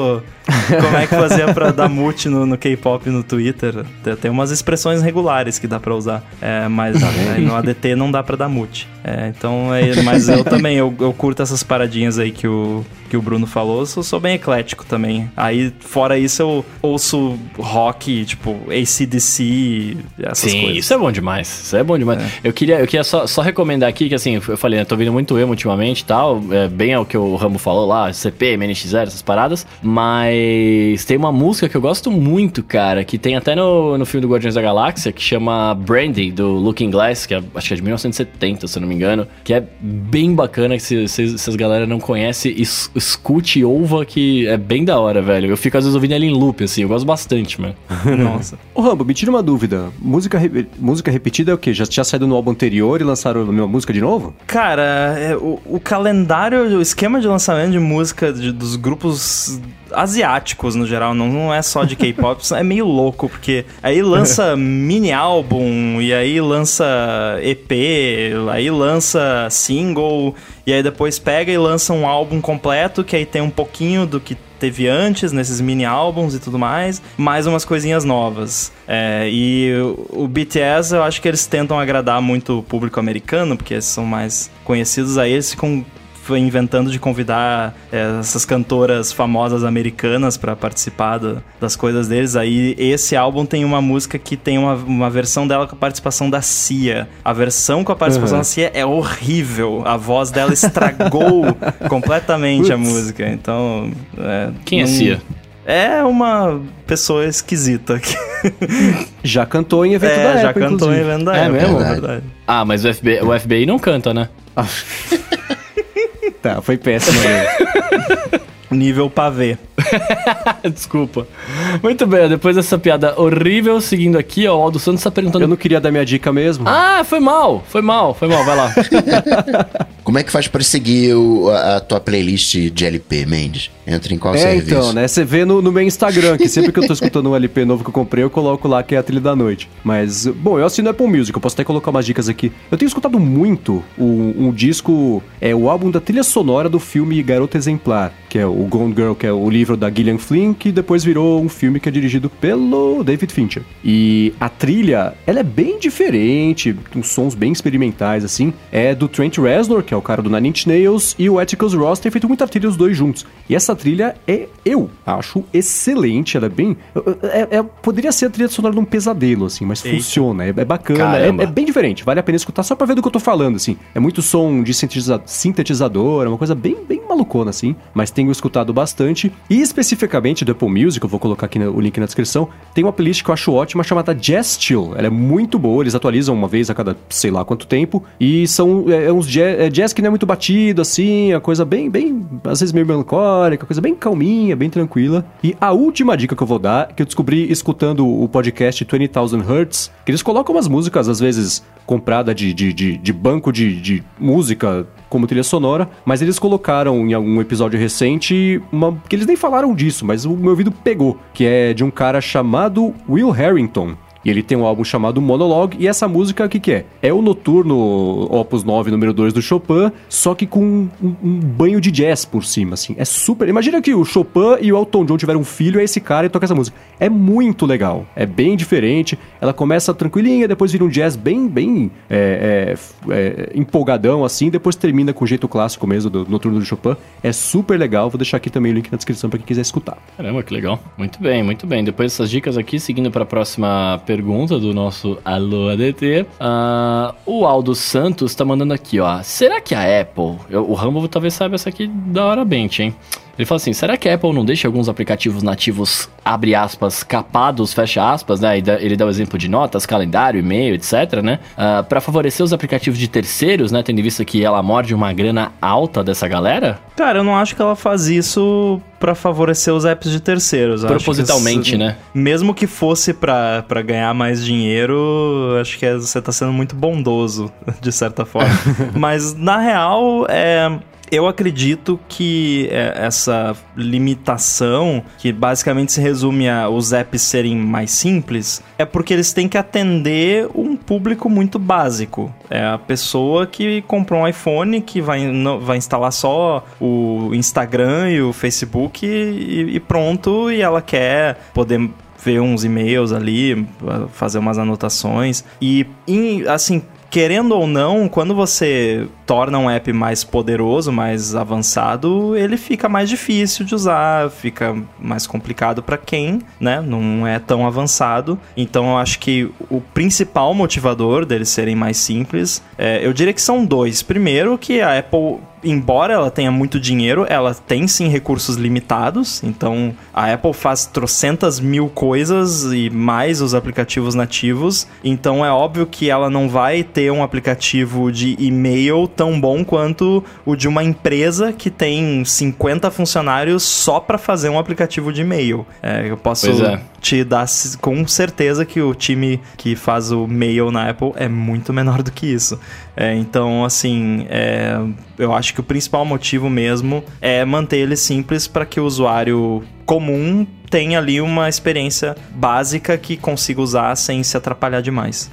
como é que fazia pra dar mute no K-pop no Twitter. Tem umas expressões regulares que dá pra usar, mas aí no ADT não dá pra dar mute. Então, mas eu também, eu curto essas paradinhas aí que o Bruno falou, eu sou bem eclético também. Aí, fora isso, eu ouço rock, tipo AC/DC, essas coisas. Isso é bom demais, Eu queria só recomendar aqui, que assim, eu falei, né, tô ouvindo muito emo ultimamente e tal, bem ao que o Rambo falou lá, CP, MNX0, essas paradas, mas tem uma música que eu gosto muito, cara, que tem até no filme do Guardiões da Galáxia, que chama Brandy, do Looking Glass, que acho que é de 1970, se eu não me engano, que é bem bacana, que se as galera não conhece, escute e ouva, que é bem da hora, velho. Eu fico às vezes ouvindo ele em loop, assim, eu gosto bastante, mano. Nossa. Ô Rambo, me tira uma dúvida, música repetida é o quê? Já tinha saído no álbum anterior e lançaram a mesma música de novo? Cara, o calendário, o esquema de lançamento de música dos grupos asiáticos, no geral, não é só de K-pop, é meio louco, porque aí lança mini álbum, e aí lança EP, aí lança single, e aí depois pega e lança um álbum completo, que aí tem um pouquinho do que teve antes, nesses mini álbuns e tudo mais umas coisinhas novas. E o BTS, eu acho que eles tentam agradar muito o público americano, porque eles são mais conhecidos, aí eles ficam inventando de convidar essas cantoras famosas americanas pra participar das coisas deles. Aí esse álbum tem uma música que tem uma versão dela com a participação da Cia. A versão com a participação da Cia é horrível. A voz dela estragou completamente a música. Então... Quem é Cia? É uma pessoa esquisita. Já cantou em evento da Apple, já cantou inclusive. em evento da Apple, mesmo? Verdade. Ah, mas o FBI não canta, né? Tá, foi péssimo. Nível pavê. Desculpa. Muito bem, depois dessa piada horrível, seguindo aqui, ó, o Aldo Santos tá perguntando... Eu não queria dar minha dica mesmo. Ah, foi mal, vai lá. Como é que faz pra seguir a tua playlist de LP, Mendes? Entra em qual serviço? Então, né, você vê no meu Instagram, que sempre que eu tô escutando um LP novo que eu comprei, eu coloco lá que é a trilha da noite. Mas, bom, eu assino Apple Music, eu posso até colocar umas dicas aqui. Eu tenho escutado muito um disco, o álbum da trilha sonora do filme Garota Exemplar, que é o Gone Girl, que é o livro da Gillian Flynn, que depois virou um filme que é dirigido pelo David Fincher. E a trilha, ela é bem diferente, com sons bem experimentais, assim. É do Trent Reznor, que é o cara do Nine Inch Nails, e o Atticus Ross tem feito muita trilha os dois juntos. E essa trilha eu acho excelente, ela é bem... poderia ser a trilha sonora de um pesadelo, assim, mas funciona, é bacana, é bem diferente, vale a pena escutar só pra ver do que eu tô falando, assim. É muito som de sintetizador, é uma coisa bem malucona, assim, mas tenho escutado bastante. E especificamente do Apple Music, eu vou colocar aqui o link na descrição, tem uma playlist que eu acho ótima chamada Jazz Chill. Ela é muito boa, eles atualizam uma vez a cada sei lá quanto tempo, e são uns jazz que não é muito batido, assim, a coisa bem, às vezes meio melancólica, coisa bem calminha, bem tranquila. E a última dica que eu vou dar, que eu descobri escutando o podcast 20,000 Hertz, que eles colocam umas músicas, às vezes, comprada de banco de música como trilha sonora, mas eles colocaram em algum episódio recente que eles nem falaram disso, mas o meu ouvido pegou, que é de um cara chamado Will Harrington. E ele tem um álbum chamado Monologue, e essa música, o que é? É o Noturno Opus 9, número 2 do Chopin, só que com um banho de jazz por cima, assim. É super... Imagina que o Chopin e o Elton John tiveram um filho, é esse cara e toca essa música. É muito legal, é bem diferente. Ela começa tranquilinha, depois vira um jazz bem empolgadão, assim, depois termina com o jeito clássico mesmo do Noturno do Chopin. É super legal, vou deixar aqui também o link na descrição pra quem quiser escutar. Caramba, que legal. Muito bem. Depois dessas dicas aqui, seguindo pra próxima pergunta do nosso Alô ADT. O Aldo Santos tá mandando aqui, ó. Será que a Apple... O Rambo talvez saiba essa aqui da hora bem, hein? Ele fala assim, será que a Apple não deixa alguns aplicativos nativos, abre aspas, capados, fecha aspas, né? Ele dá o exemplo de notas, calendário, e-mail, etc, né? Pra favorecer os aplicativos de terceiros, né? Tendo em vista que ela morde uma grana alta dessa galera? Cara, eu não acho que ela faz isso pra favorecer os apps de terceiros. Propositalmente, né? Mesmo que fosse pra ganhar mais dinheiro, acho que você tá sendo muito bondoso, de certa forma. Mas, na real, Eu acredito que essa limitação, que basicamente se resume a os apps serem mais simples, é porque eles têm que atender um público muito básico. É a pessoa que comprou um iPhone, que vai instalar só o Instagram e o Facebook e pronto, e ela quer poder ver uns e-mails ali, fazer umas anotações. E assim, querendo ou não, quando você torna um app mais poderoso, mais avançado, ele fica mais difícil de usar, fica mais complicado para quem, né, não é tão avançado. Então eu acho que o principal motivador deles serem mais simples, eu diria que são dois. Primeiro, que a Apple, embora ela tenha muito dinheiro, ela tem sim recursos limitados. Então a Apple faz trocentas mil coisas e mais os aplicativos nativos. Então é óbvio que ela não vai ter um aplicativo de e-mail tão bom quanto o de uma empresa que tem 50 funcionários só para fazer um aplicativo de e-mail. Eu posso te dar com certeza que o time que faz o mail na Apple é muito menor do que isso. Então, assim, eu acho que o principal motivo mesmo é manter ele simples para que o usuário comum tenha ali uma experiência básica que consiga usar sem se atrapalhar demais.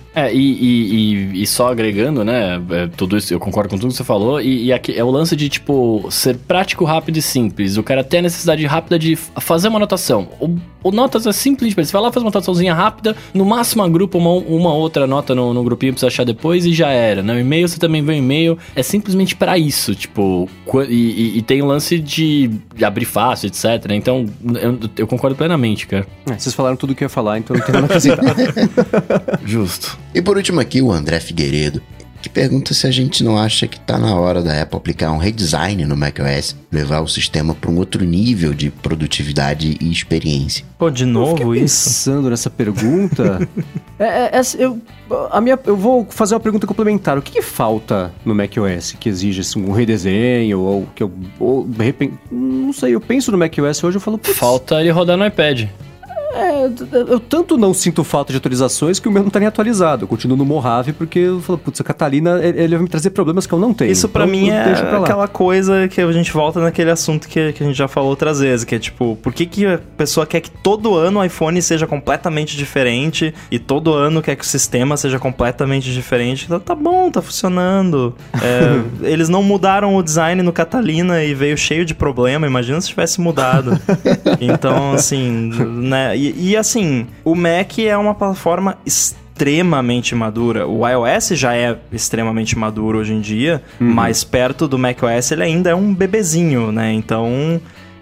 E só agregando, né, tudo isso, eu concordo com tudo que você falou, e aqui é o lance de, tipo, ser prático, rápido e simples. O cara tem a necessidade rápida de fazer uma anotação. O Notas é simples, você vai lá, faz uma anotaçãozinha rápida, no máximo agrupa uma outra nota no grupinho pra você achar depois e já era, né? O e-mail, você também vê o e-mail, é simplesmente pra isso, tipo, e tem o lance de abrir fácil, etc, né? Então, eu concordo plenamente, cara. Vocês falaram tudo o que eu ia falar, então eu não tenho nada a acrescentar. Justo. E por último aqui, o André Figueiredo, que pergunta se a gente não acha que tá na hora da Apple aplicar um redesign no macOS, levar o sistema para um outro nível de produtividade e experiência. Pô, de novo eu isso? Pensando nessa pergunta, eu vou fazer uma pergunta complementar. O que falta no macOS que exige um redesenho ou de repente, não sei, eu penso no macOS hoje, eu falo, putz, falta ele rodar no iPad. Eu tanto não sinto falta de atualizações que o meu não tá nem atualizado. Eu continuo no Mojave porque eu falo, putz, a Catalina, ele vai me trazer problemas que eu não tenho. Isso pra mim é aquela coisa que a gente volta naquele assunto que a gente já falou outras vezes, que é tipo, por que a pessoa quer que todo ano o iPhone seja completamente diferente e todo ano quer que o sistema seja completamente diferente? Tá bom, tá funcionando. Eles não mudaram o design no Catalina e veio cheio de problema, imagina se tivesse mudado. Então, assim, né... E assim, o Mac é uma plataforma extremamente madura. O iOS já é extremamente maduro hoje em dia, mas perto do macOS ele ainda é um bebezinho, né? Então,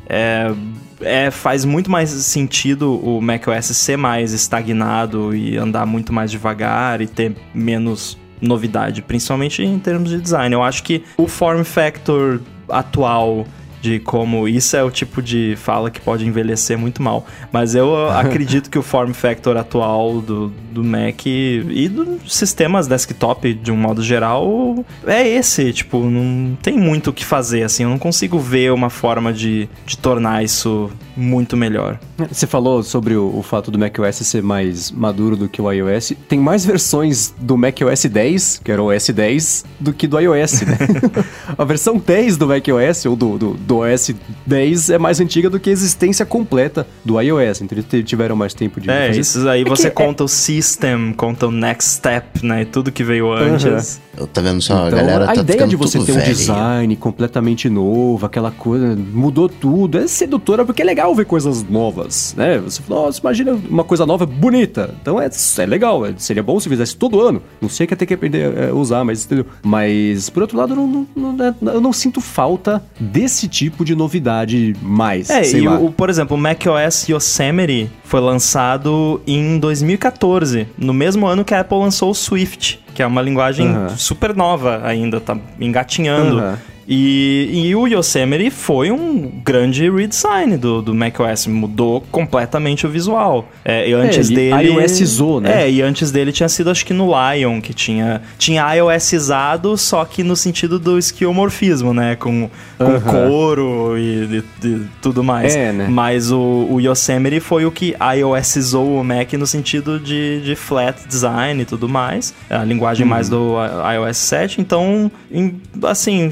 faz muito mais sentido o macOS ser mais estagnado e andar muito mais devagar e ter menos novidade, principalmente em termos de design. Eu acho que o form factor atual, de como isso é o tipo de fala que pode envelhecer muito mal. Mas eu acredito que o form factor atual do Mac e dos sistemas desktop, de um modo geral, é esse. Tipo, não tem muito o que fazer, assim. Eu não consigo ver uma forma de tornar isso muito melhor. Você falou sobre o fato do macOS ser mais maduro do que o iOS. Tem mais versões do macOS 10, que era o OS 10, do que do iOS, né? A versão 10 do macOS, ou do OS 10, é mais antiga do que a existência completa do iOS. Então eles tiveram mais tempo de fazer. Isso aí você conta o System, conta o Next Step, né? Tudo que veio antes. Eu tá vendo só, então, a galera tá ficando ideia de você ter um velho. design completamente novo, aquela coisa, mudou tudo, é sedutora, porque é legal ver coisas novas, né? Você fala, nossa, imagina uma coisa nova bonita. Então é legal, seria bom se fizesse todo ano. Não sei que ia ter que aprender a usar, mas entendeu? Mas, por outro lado, eu não sinto falta desse tipo de novidade mais. Por exemplo, o macOS Yosemite foi lançado em 2014, no mesmo ano que a Apple lançou o Swift, que é uma linguagem super nova ainda, tá engatinhando. E o Yosemite foi um grande redesign do macOS, mudou completamente o visual. Antes dele... iOSizou, né? E antes dele tinha sido, acho que no Lion, que tinha iOSizado, só que no sentido do esquiomorfismo, né? Com couro e tudo mais. Né? Mas o Yosemite foi o que iOSizou o Mac no sentido de flat design e tudo mais. A linguagem mais do iOS 7. Então, assim...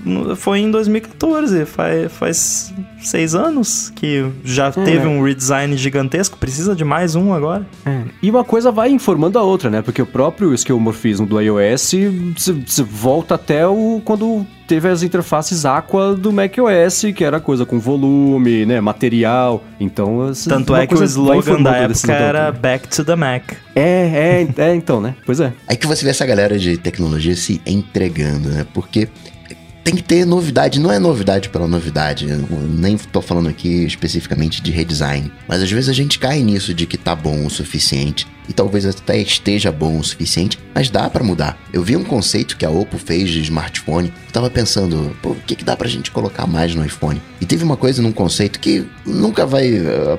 foi em 2014, faz 6 anos que já teve um redesign gigantesco, precisa de mais um agora. E uma coisa vai informando a outra, né? Porque o próprio skeuomorfismo do iOS se volta até quando teve as interfaces Aqua do macOS, que era coisa com volume, né? Material. Então, tanto é que o slogan da época era Back to the Mac. Então, né? Pois é. Aí que você vê essa galera de tecnologia se entregando, né? Porque tem que ter novidade, não é novidade pela novidade, eu nem tô falando aqui especificamente de redesign, mas às vezes a gente cai nisso de que tá bom o suficiente, e talvez até esteja bom o suficiente, mas dá pra mudar. Eu vi um conceito que a Oppo fez de smartphone, eu tava pensando, pô, o que dá pra gente colocar mais no iPhone? E teve uma coisa num conceito que nunca vai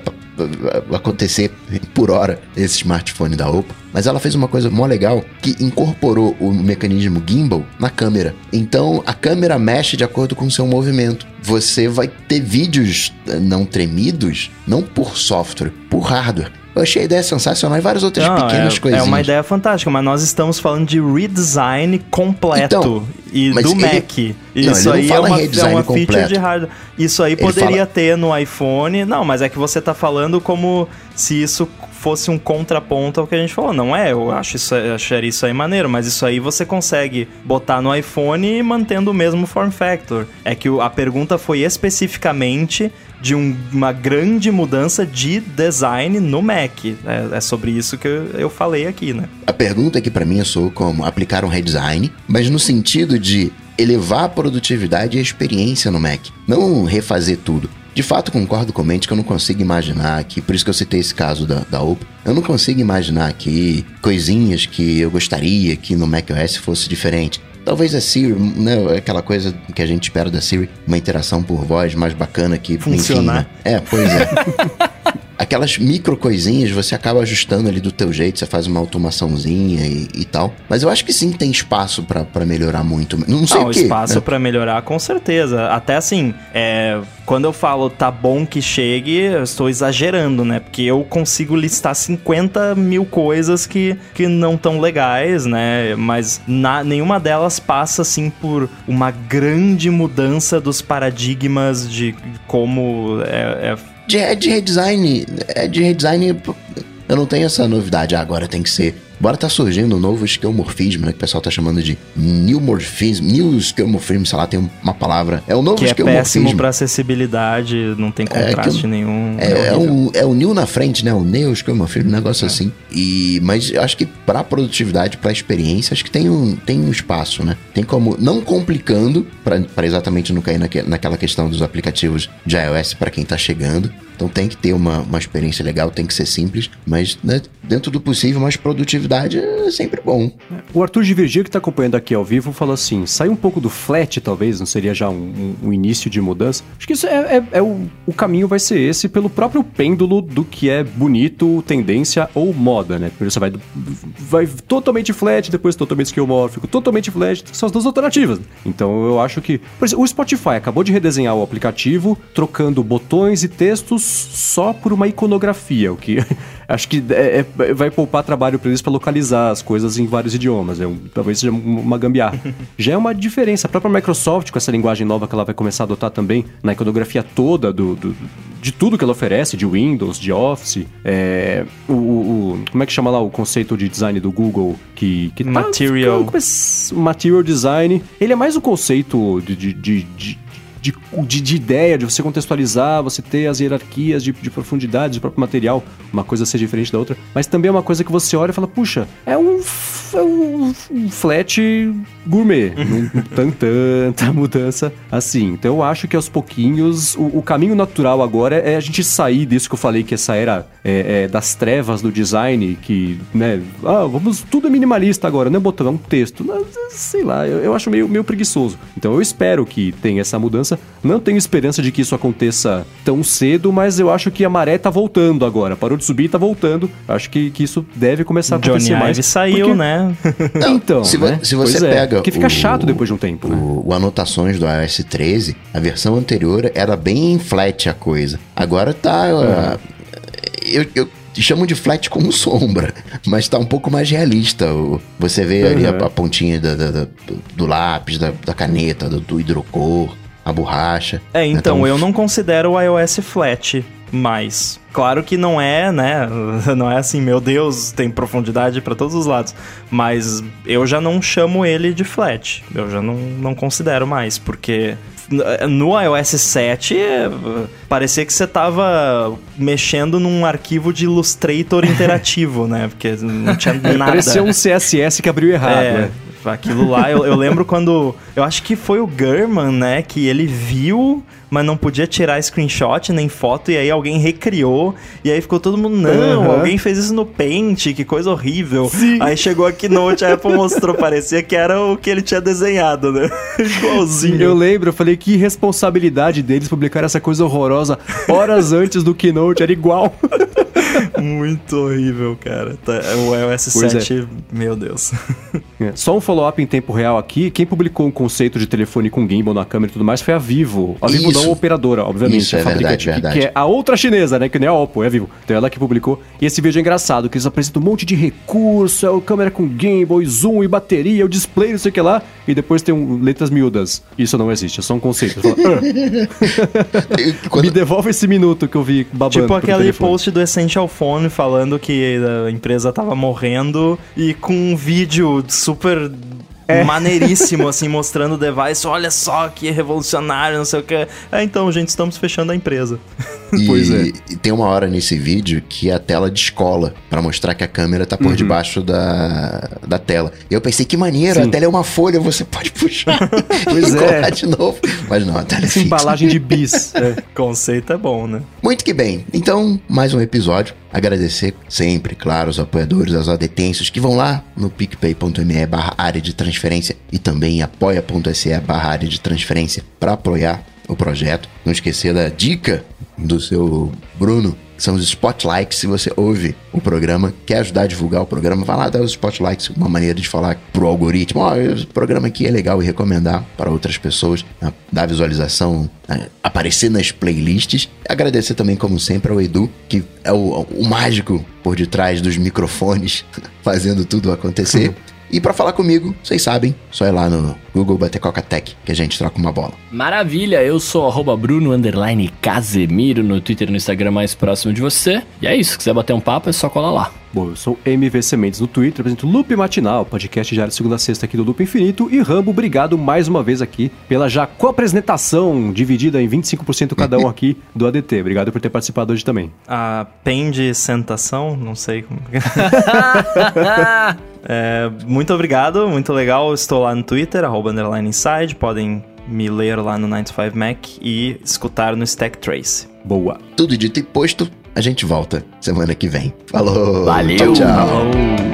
acontecer por hora esse smartphone da Oppo, mas ela fez uma coisa mó legal que incorporou o mecanismo gimbal na câmera. Então a câmera mexe de acordo com o seu movimento. Você vai ter vídeos não tremidos, não por software, por hardware. Eu achei a ideia sensacional e várias outras pequenas coisinhas. É uma ideia fantástica, mas nós estamos falando de redesign completo e do Mac. Isso aí é uma feature de hardware. Isso aí poderia ter no iPhone. Não, mas é que você tá falando como se isso fosse um contraponto ao que a gente falou. Não é, eu acharia isso aí maneiro, mas isso aí você consegue botar no iPhone mantendo o mesmo form factor. É que a pergunta foi especificamente de uma grande mudança de design no Mac. É sobre isso que eu falei aqui, né? A pergunta aqui pra mim soou como aplicar um redesign, mas no sentido de elevar a produtividade e a experiência no Mac, não refazer tudo. De fato, concordo com o Mendes que eu não consigo imaginar aqui, por isso que eu citei esse caso da Oppo, eu não consigo imaginar aqui coisinhas que eu gostaria que no macOS fosse diferente. Talvez a Siri, né, aquela coisa que a gente espera da Siri, uma interação por voz mais bacana que... funcionar. Enfim, né? Pois é. Aquelas micro coisinhas você acaba ajustando ali do teu jeito, você faz uma automaçãozinha e tal. Mas eu acho que sim, tem espaço pra melhorar muito. Não sei o quê. Espaço pra melhorar, com certeza. Até assim, quando eu falo tá bom que chegue, eu estou exagerando, né? Porque eu consigo listar 50 mil coisas que não tão legais, né? Mas nenhuma delas passa, assim, por uma grande mudança dos paradigmas de como De redesign, eu não tenho essa novidade. Agora tem que ser. Agora tá surgindo um novo skeuomorfismo, né? Que o pessoal tá chamando de new skeuomorfismo, sei lá, tem uma palavra. É o novo skeuomorfismo. Que é péssimo pra acessibilidade, não tem contraste nenhum. É o new na frente, né? O neo skeuomorfismo, um negócio assim. Mas eu acho que pra produtividade, pra experiência, acho que tem um espaço, né? Tem como, não complicando, pra exatamente não cair naquela questão dos aplicativos de iOS pra quem tá chegando. Então tem que ter uma experiência legal, tem que ser simples, mas né, dentro do possível, mais produtividade é sempre bom. O Arthur de Virgílio, que está acompanhando aqui ao vivo, falou assim, sai um pouco do flat, talvez, não seria já um início de mudança? Acho que isso o caminho vai ser esse, pelo próprio pêndulo do que é bonito, tendência ou moda, né? Primeiro você vai totalmente flat, depois totalmente skeuomórfico, totalmente flat, são as duas alternativas. Então eu acho que... Por exemplo, o Spotify acabou de redesenhar o aplicativo, trocando botões e textos só por uma iconografia, o que acho que vai poupar trabalho para eles para localizar as coisas em vários idiomas. Talvez seja uma gambiarra. Já é uma diferença. A própria Microsoft, com essa linguagem nova que ela vai começar a adotar também na iconografia toda de tudo que ela oferece, de Windows, de Office. Como é que chama lá o conceito de design do Google? Que Material. Material Design. Ele é mais um conceito de ideia, de você contextualizar, você ter as hierarquias de profundidade do próprio material, uma coisa ser diferente da outra, mas também é uma coisa que você olha e fala, puxa, é um flat gourmet, não tem tanta mudança assim. Então eu acho que aos pouquinhos, o caminho natural agora é a gente sair disso que eu falei, que essa era das trevas do design, que, né, tudo é minimalista agora, não é botão, é um texto, sei lá, eu acho meio preguiçoso. Então eu espero que tenha essa mudança. Não tenho esperança de que isso aconteça tão cedo, mas eu acho que a maré tá voltando agora. Parou de subir e tá voltando. Acho que isso deve começar a acontecer mais. Johnny Ive saiu, né? Não, então, se você pega... Porque fica chato depois de um tempo, né? O anotações do iOS 13, a versão anterior era bem flat a coisa. Agora tá... chamam de flat como sombra, mas tá um pouco mais realista. Você vê ali a pontinha do lápis, da caneta, do hidrocor, a borracha. Então eu não considero o iOS flat mais. Claro que não é, né? Não é assim, meu Deus, tem profundidade pra todos os lados. Mas eu já não chamo ele de flat. Eu já não considero mais, porque no iOS 7 parecia que você tava mexendo num arquivo de Illustrator interativo, né? Porque não tinha nada. Parecia um CSS que abriu errado, né? Aquilo lá, eu lembro quando... Eu acho que foi o Gurman, né? Que ele viu, mas não podia tirar screenshot nem foto. E aí alguém recriou. E aí ficou todo mundo... Não, alguém fez isso no Paint. Que coisa horrível. Sim. Aí chegou aqui no Note, a Apple mostrou. Parecia que era o que ele tinha desenhado, né? Igualzinho. Eu lembro, eu falei que responsabilidade deles publicar essa coisa horrorosa horas antes do Keynote. Era igual. Muito horrível, cara. O iOS 7, meu Deus. Só um follow-up em tempo real aqui. Quem publicou um conceito de telefone com gimbal na câmera e tudo mais foi a Vivo. A Vivo não a operadora, obviamente. Isso, é verdade. Que é a outra chinesa, né? Que nem a Oppo, é a Vivo. Então ela que publicou. E esse vídeo é engraçado, que eles apresentam um monte de recurso, a câmera com gimbal, e zoom, e bateria, o display, não sei o que lá. E depois tem letras miúdas. Isso não existe, é só um conceito. Me devolve esse minuto que eu vi babando. Tipo aquele post do Essential Phone falando que a empresa tava morrendo e com um vídeo super maneiríssimo, assim, mostrando o device. Olha só que revolucionário, não sei o que. Então, gente, estamos fechando a empresa. Pois é. E tem uma hora nesse vídeo que a tela descola pra mostrar que a câmera tá por debaixo da tela. E eu pensei, que maneiro, a tela é uma folha, você pode puxar e colar de novo. Mas não, a tela é fixa. Embalagem de bis. Conceito é bom, né? Muito que bem. Então, mais um episódio. Agradecer sempre, claro, os apoiadores, aos adetensos que vão lá no picpay.me/área de transferência e também em apoia.se/área de transferência para apoiar o projeto. Não esquecer da dica do seu Bruno, que são os spotlights. Se você ouve o programa, quer ajudar a divulgar o programa, vai lá dar os spotlights, uma maneira de falar pro algoritmo, esse programa aqui é legal, e recomendar para outras pessoas, dar visualização, aparecer nas playlists. Agradecer também, como sempre, ao Edu, que é o mágico por detrás dos microfones, fazendo tudo acontecer. E pra falar comigo, vocês sabem, só ir lá no Google Batecoca-Tech que a gente troca uma bola. Maravilha, eu sou @Bruno_Casemiro no Twitter e no Instagram mais próximo de você. E é isso, se quiser bater um papo é só colar lá. Bom, eu sou MVC Mendes no Twitter, apresento Loop Matinal, podcast diário de segunda a sexta aqui do Loop Infinito. E Rambo, obrigado mais uma vez aqui pela já co-apresentação, dividida em 25% cada um aqui do ADT. Obrigado por ter participado hoje também. A sentação, não sei como... muito obrigado, muito legal. Estou lá no Twitter, @_inside. Podem me ler lá no 9to5Mac e escutar no Stack Trace. Boa. Tudo dito e posto, a gente volta semana que vem. Falou! Valeu! Tchau, tchau! Falou.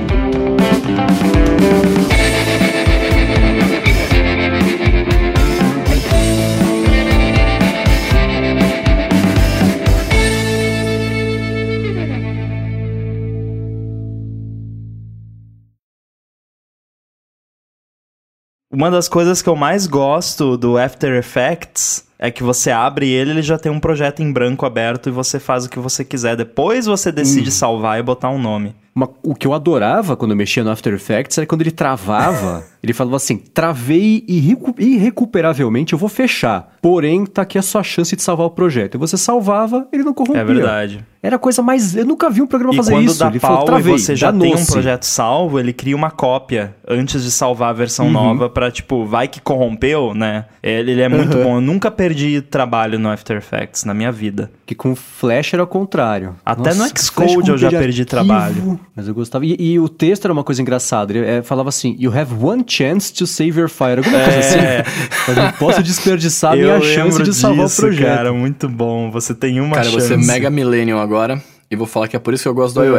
Uma das coisas que eu mais gosto do After Effects é que você abre ele já tem um projeto em branco aberto e você faz o que você quiser. Depois você decide salvar e botar um nome. O que eu adorava quando eu mexia no After Effects era quando ele travava, ele falava assim, travei irrecuperavelmente, eu vou fechar. Porém, tá aqui a sua chance de salvar o projeto. E você salvava, ele não corrompia. É verdade. Era a coisa mais... Eu nunca vi um programa fazer isso. E quando dá pau e você já tem um projeto salvo, ele cria uma cópia antes de salvar a versão nova pra, tipo, vai que corrompeu, né? Ele é muito bom. Eu nunca perdi trabalho no After Effects na minha vida. Que com Flash era o contrário. Até no Xcode eu já perdi trabalho. Mas eu gostava. E o texto era uma coisa engraçada. Ele falava assim, you have one chance to save your file. Alguma coisa assim. Eu não posso desperdiçar a minha chance de salvar o projeto. Cara, muito bom. Você tem uma chance. Cara, você é mega millennial agora. E vou falar que é por isso que eu gosto do iOS.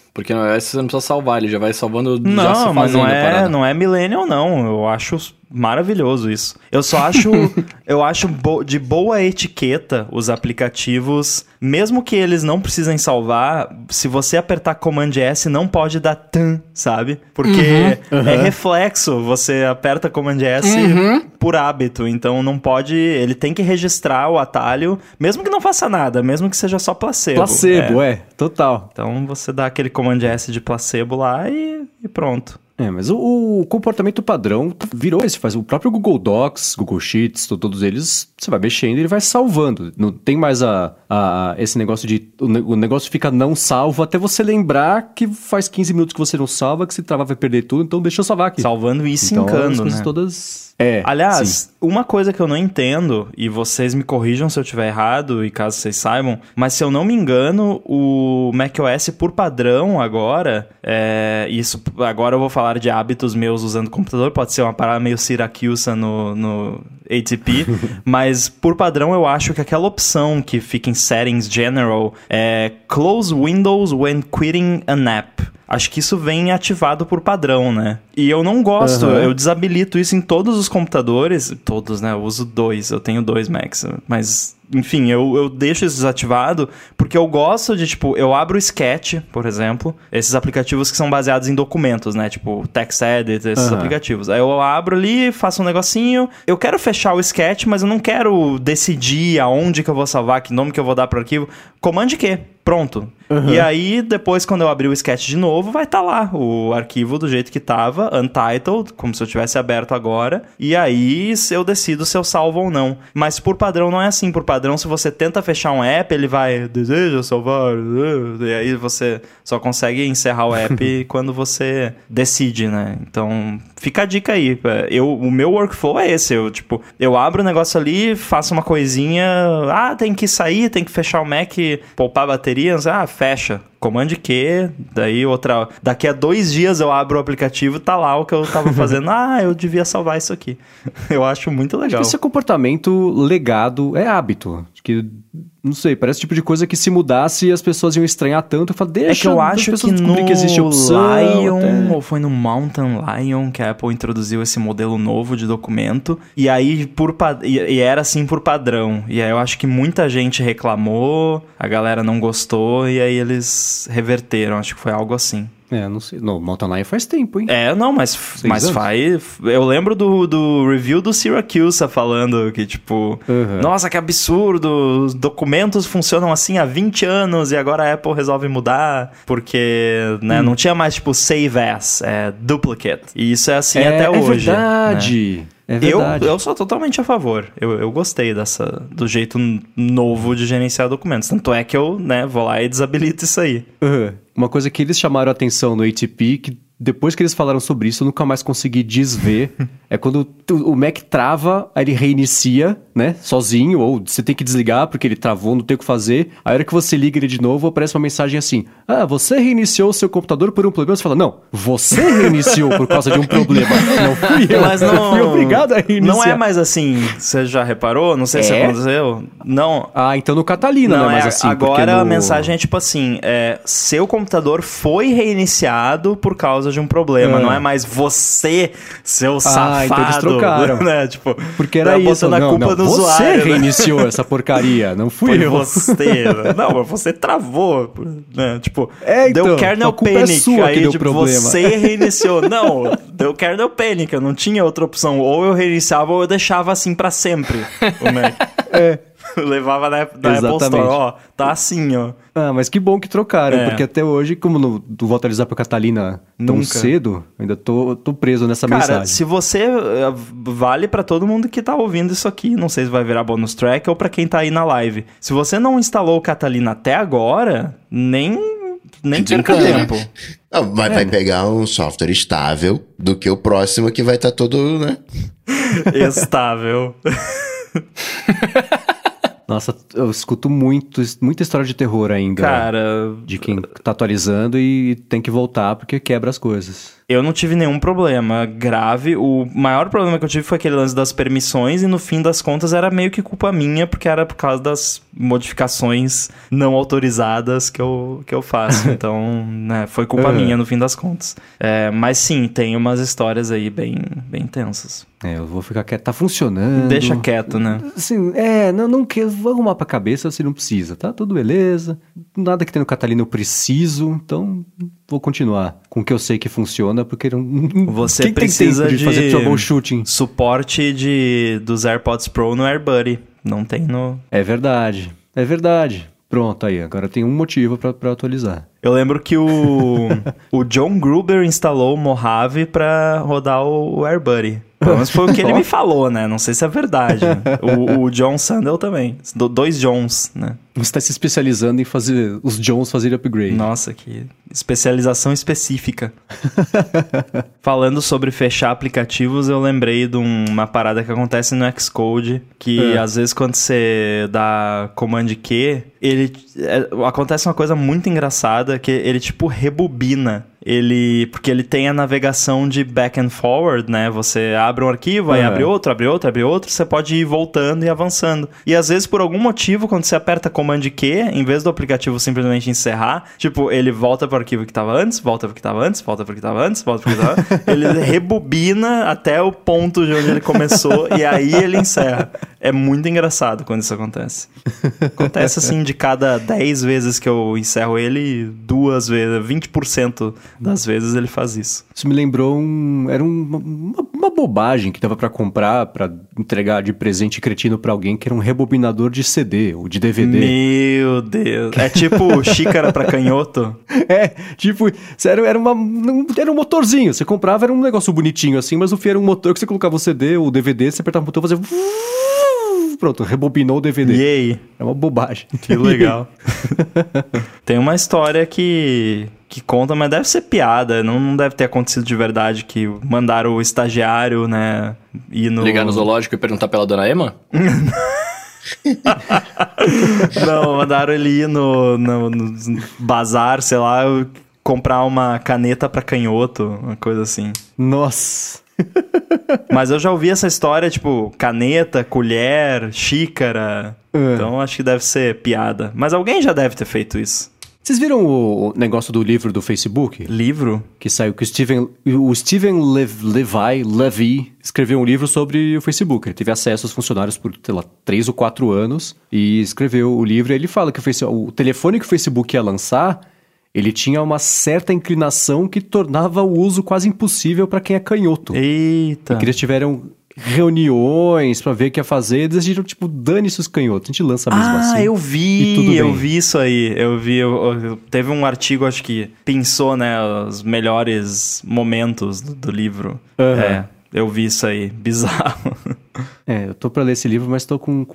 Porque no iOS você não precisa salvar, ele já vai salvando não, já se mas fazendo não é millennial, não. Eu acho maravilhoso isso. Eu só acho... eu acho de boa etiqueta os aplicativos, mesmo que eles não precisem salvar, se você apertar Command S, não pode dar tan, sabe? Porque é reflexo, você aperta Command S por hábito, então não pode... Ele tem que registrar o atalho, mesmo que não faça nada, mesmo que seja só placebo. Placebo, total. Então você dá aquele Command S de placebo lá e pronto. Mas o comportamento padrão virou esse, faz o próprio Google Docs, Google Sheets, todos eles, você vai mexendo e ele vai salvando. Não tem mais esse negócio de... O negócio fica não salvo até você lembrar que faz 15 minutos que você não salva, que se travar vai perder tudo, então deixa eu salvar aqui. Salvando e sincando, né? Todas... Aliás, sim. Uma coisa que eu não entendo, e vocês me corrijam se eu estiver errado, e caso vocês saibam, mas se eu não me engano, o macOS por padrão agora, isso agora eu vou falar de hábitos meus usando o computador, pode ser uma parada meio Syracuse no ATP, mas por padrão eu acho que aquela opção que fica em Settings General é Close Windows when quitting an app. Acho que isso vem ativado por padrão, né? E eu não gosto, eu desabilito isso em todos os computadores. Todos, né? Eu uso 2, eu tenho 2 Macs. Mas, enfim, eu deixo isso desativado porque eu gosto de, tipo, eu abro o Sketch, por exemplo. Esses aplicativos que são baseados em documentos, né? Tipo, TextEdit, esses aplicativos. Aí eu abro ali, faço um negocinho. Eu quero fechar o Sketch, mas eu não quero decidir aonde que eu vou salvar, que nome que eu vou dar pro arquivo. Command Q. Pronto. E aí, depois, quando eu abrir o Sketch de novo, vai estar lá o arquivo do jeito que estava, untitled, como se eu tivesse aberto agora. E aí, eu decido se eu salvo ou não. Mas por padrão não é assim. Por padrão, se você tenta fechar um app, ele vai... Deseja salvar... E aí, você só consegue encerrar o app quando você decide, né? Então, fica a dica aí. O meu workflow é esse. Eu abro o negócio ali, faço uma coisinha... tem que sair, tem que fechar o Mac, poupar a bateria. Fecha. Command Q, daí daqui a 2 dias eu abro o aplicativo e tá lá o que eu tava fazendo. Eu devia salvar isso aqui. Eu acho muito legal. Acho que esse comportamento legado é hábito. Acho que, não sei, parece o tipo de coisa que se mudasse as pessoas iam estranhar tanto. Eu falo, deixa que eu acho que no que existe opção, Lion, ou foi no Mountain Lion que a Apple introduziu esse modelo novo de documento. E aí, e era assim por padrão. E aí eu acho que muita gente reclamou, a galera não gostou, e aí eles reverteram. Acho que foi algo assim. Não sei. No Mountain Lion faz tempo, hein? Mas faz... Eu lembro do review do Syracuse falando que, tipo... Nossa, que absurdo! Os documentos funcionam assim há 20 anos e agora a Apple resolve mudar porque, né, não tinha mais, tipo, save as, duplicate. E isso é assim até hoje. É verdade! Né? É verdade. Eu sou totalmente a favor. Eu gostei do jeito novo de gerenciar documentos. Tanto é que eu, né, vou lá e desabilito isso aí. Uma coisa que eles chamaram a atenção no ATP, que depois que eles falaram sobre isso, eu nunca mais consegui desver, é quando o Mac trava, aí ele reinicia, né, sozinho, ou você tem que desligar porque ele travou, não tem o que fazer. Aí a hora que você liga ele de novo, aparece uma mensagem assim, você reiniciou o seu computador por um problema. Você fala, não, você reiniciou por causa de um problema, não fui eu. Mas não fui obrigado a reiniciar. Não é mais assim, você já reparou? Não sei se aconteceu. Não. Então no Catalina não é mais assim. Agora a mensagem é tipo assim, seu computador foi reiniciado por causa de um problema, não é mais você, seu safado. Então eles trocaram. Né? Tipo, porque era isso, botando a culpa no você usuário. Você reiniciou essa porcaria, não fui eu. Você. Não, mas você travou, né? Tipo, então, deu kernel panic, aí deu tipo, problema. você reiniciou. Não, deu kernel panic, eu não tinha outra opção. Ou eu reiniciava ou eu deixava assim pra sempre o Mac. Levava na Apple Store, tá assim, ó. Mas que bom que trocaram, porque até hoje, como não vou atualizar pra Catalina tão cedo, ainda tô preso nessa mensagem. Cara, se você... Vale pra todo mundo que tá ouvindo isso aqui, não sei se vai virar bonus track ou pra quem tá aí na live. Se você não instalou o Catalina até agora, nem perca tempo. Vai pegar um software estável do que o próximo que vai estar todo, né? Estável. Nossa, eu escuto muita história de terror ainda. Cara... De quem tá atualizando e tem que voltar porque quebra as coisas. Eu não tive nenhum problema grave. O maior problema que eu tive foi aquele lance das permissões e no fim das contas era meio que culpa minha, porque era por causa das modificações não autorizadas que eu faço. Então, né, foi culpa minha no fim das contas. Mas sim, tem umas histórias aí bem tensas. Eu vou ficar quieto. Tá funcionando. Deixa quieto, né? Assim, não quero. Vou arrumar pra cabeça se não precisa, tá? Tudo beleza. Nada que tem no Catalina eu preciso, então vou continuar com o que eu sei que funciona, porque não. Você quem precisa tem tempo de fazer troubleshooting? Suporte dos AirPods Pro no AirBuddy. Não tem no... É verdade. Pronto, aí. Agora tem um motivo pra atualizar. Eu lembro que o John Gruber instalou o Mojave pra rodar o AirBuddy. Pelo menos foi o que ele me falou, né? Não sei se é verdade. Né? O John Sandel também. 2 Johns, né? Você está se especializando em fazer os Johns fazerem upgrade. Nossa, que especialização específica. Falando sobre fechar aplicativos, eu lembrei de uma parada que acontece no Xcode, que às vezes quando você dá Command Q, acontece uma coisa muito engraçada, que ele tipo rebobina. Porque ele tem a navegação de back and forward, né? Você abre um arquivo, aí abre outro, você pode ir voltando e avançando. E às vezes, por algum motivo, quando você aperta Command Q, em vez do aplicativo simplesmente encerrar, tipo, ele volta para o arquivo que estava antes, volta para o que estava antes, volta para o que estava antes, volta para o que estava antes. Ele rebobina até o ponto de onde ele começou e aí ele encerra. É muito engraçado quando isso acontece. Acontece assim, de cada 10 vezes que eu encerro ele, 2 vezes, 20% das vezes ele faz isso. Isso me lembrou uma bobagem que dava pra comprar, pra entregar de presente cretino pra alguém, que era um rebobinador de CD ou de DVD. Meu Deus. É tipo xícara pra canhoto? Era um motorzinho. Você comprava, era um negócio bonitinho assim, mas no fim era um motor que você colocava o CD ou o DVD, você apertava o botão e fazia... Pronto, rebobinou o DVD. E aí? É uma bobagem. Que legal. Tem uma história que conta, mas deve ser piada. Não deve ter acontecido de verdade, que mandaram o estagiário, né, ligar no zoológico e perguntar pela dona Emma? Não, mandaram ele ir no bazar, sei lá, comprar uma caneta pra canhoto, uma coisa assim. Nossa... Mas eu já ouvi essa história, tipo, caneta, colher, xícara. Então acho que deve ser piada. Mas alguém já deve ter feito isso. Vocês viram o negócio do livro do Facebook? Livro? Que saiu que o Steven Levy escreveu um livro sobre o Facebook. Ele teve acesso aos funcionários por, sei lá, 3 ou 4 anos e escreveu o livro. E ele fala que o telefone que o Facebook ia lançar... Ele tinha uma certa inclinação que tornava o uso quase impossível para quem é canhoto. Eita! E que eles tiveram reuniões para ver o que ia fazer, e eles decidiram, tipo, dane-se os canhotos, a gente lança mesmo assim. Ah, eu vi isso aí. Teve um artigo, acho que pensou, né, os melhores momentos do livro. Eu vi isso aí, bizarro. Eu tô pra ler esse livro, mas tô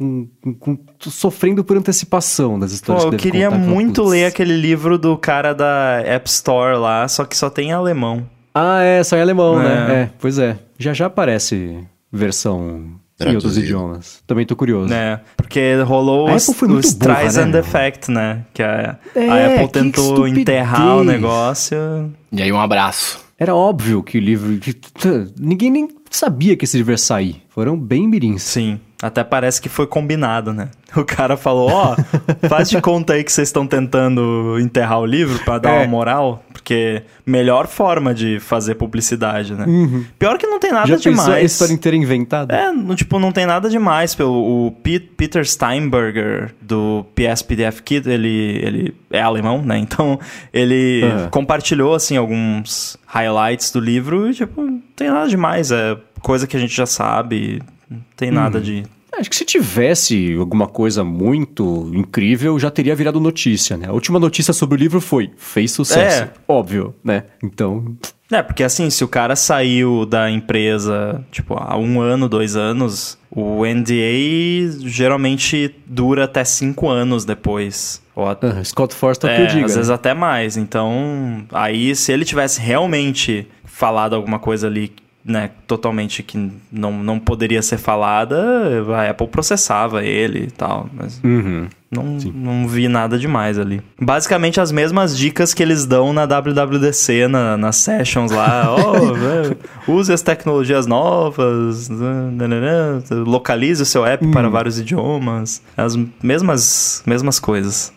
tô sofrendo por antecipação das histórias que eu queria muito ler aquele livro do cara da App Store lá, só que só tem em alemão. Só em alemão, né? Pois é. Já aparece versão em outros idiomas. Também tô curioso. Porque rolou o Streisand Effect, né? Que a Apple tentou enterrar o negócio. E aí um abraço. Era óbvio que o livro... Ninguém nem sabia que esse livro ia sair. Foram bem mirins. Sim. Até parece que foi combinado, né? O cara falou, faz de conta aí que vocês estão tentando enterrar o livro pra dar uma moral, porque melhor forma de fazer publicidade, né? Uhum. Pior que não tem nada demais. Já pensou a história inteira inventada? Não tem nada demais. O Peter Steinberger, do PS-PDF Kit, ele é alemão, né? Então, ele compartilhou, assim, alguns highlights do livro e, tipo, não tem nada demais. É coisa que a gente já sabe, não tem nada de... Acho que se tivesse alguma coisa muito incrível, já teria virado notícia, né? A última notícia sobre o livro fez sucesso. Óbvio, né? Então... porque assim, se o cara saiu da empresa, tipo, há 1 ano, 2 anos, o NDA geralmente dura até 5 anos depois. Scott Forstall que eu digo. Às vezes até mais. Então, aí se ele tivesse realmente falado alguma coisa ali né, totalmente que não poderia ser falada, a Apple processava ele e tal, mas não vi nada demais ali. Basicamente as mesmas dicas que eles dão na WWDC, nas sessions lá, use as tecnologias novas, localize o seu app para vários idiomas, as mesmas coisas.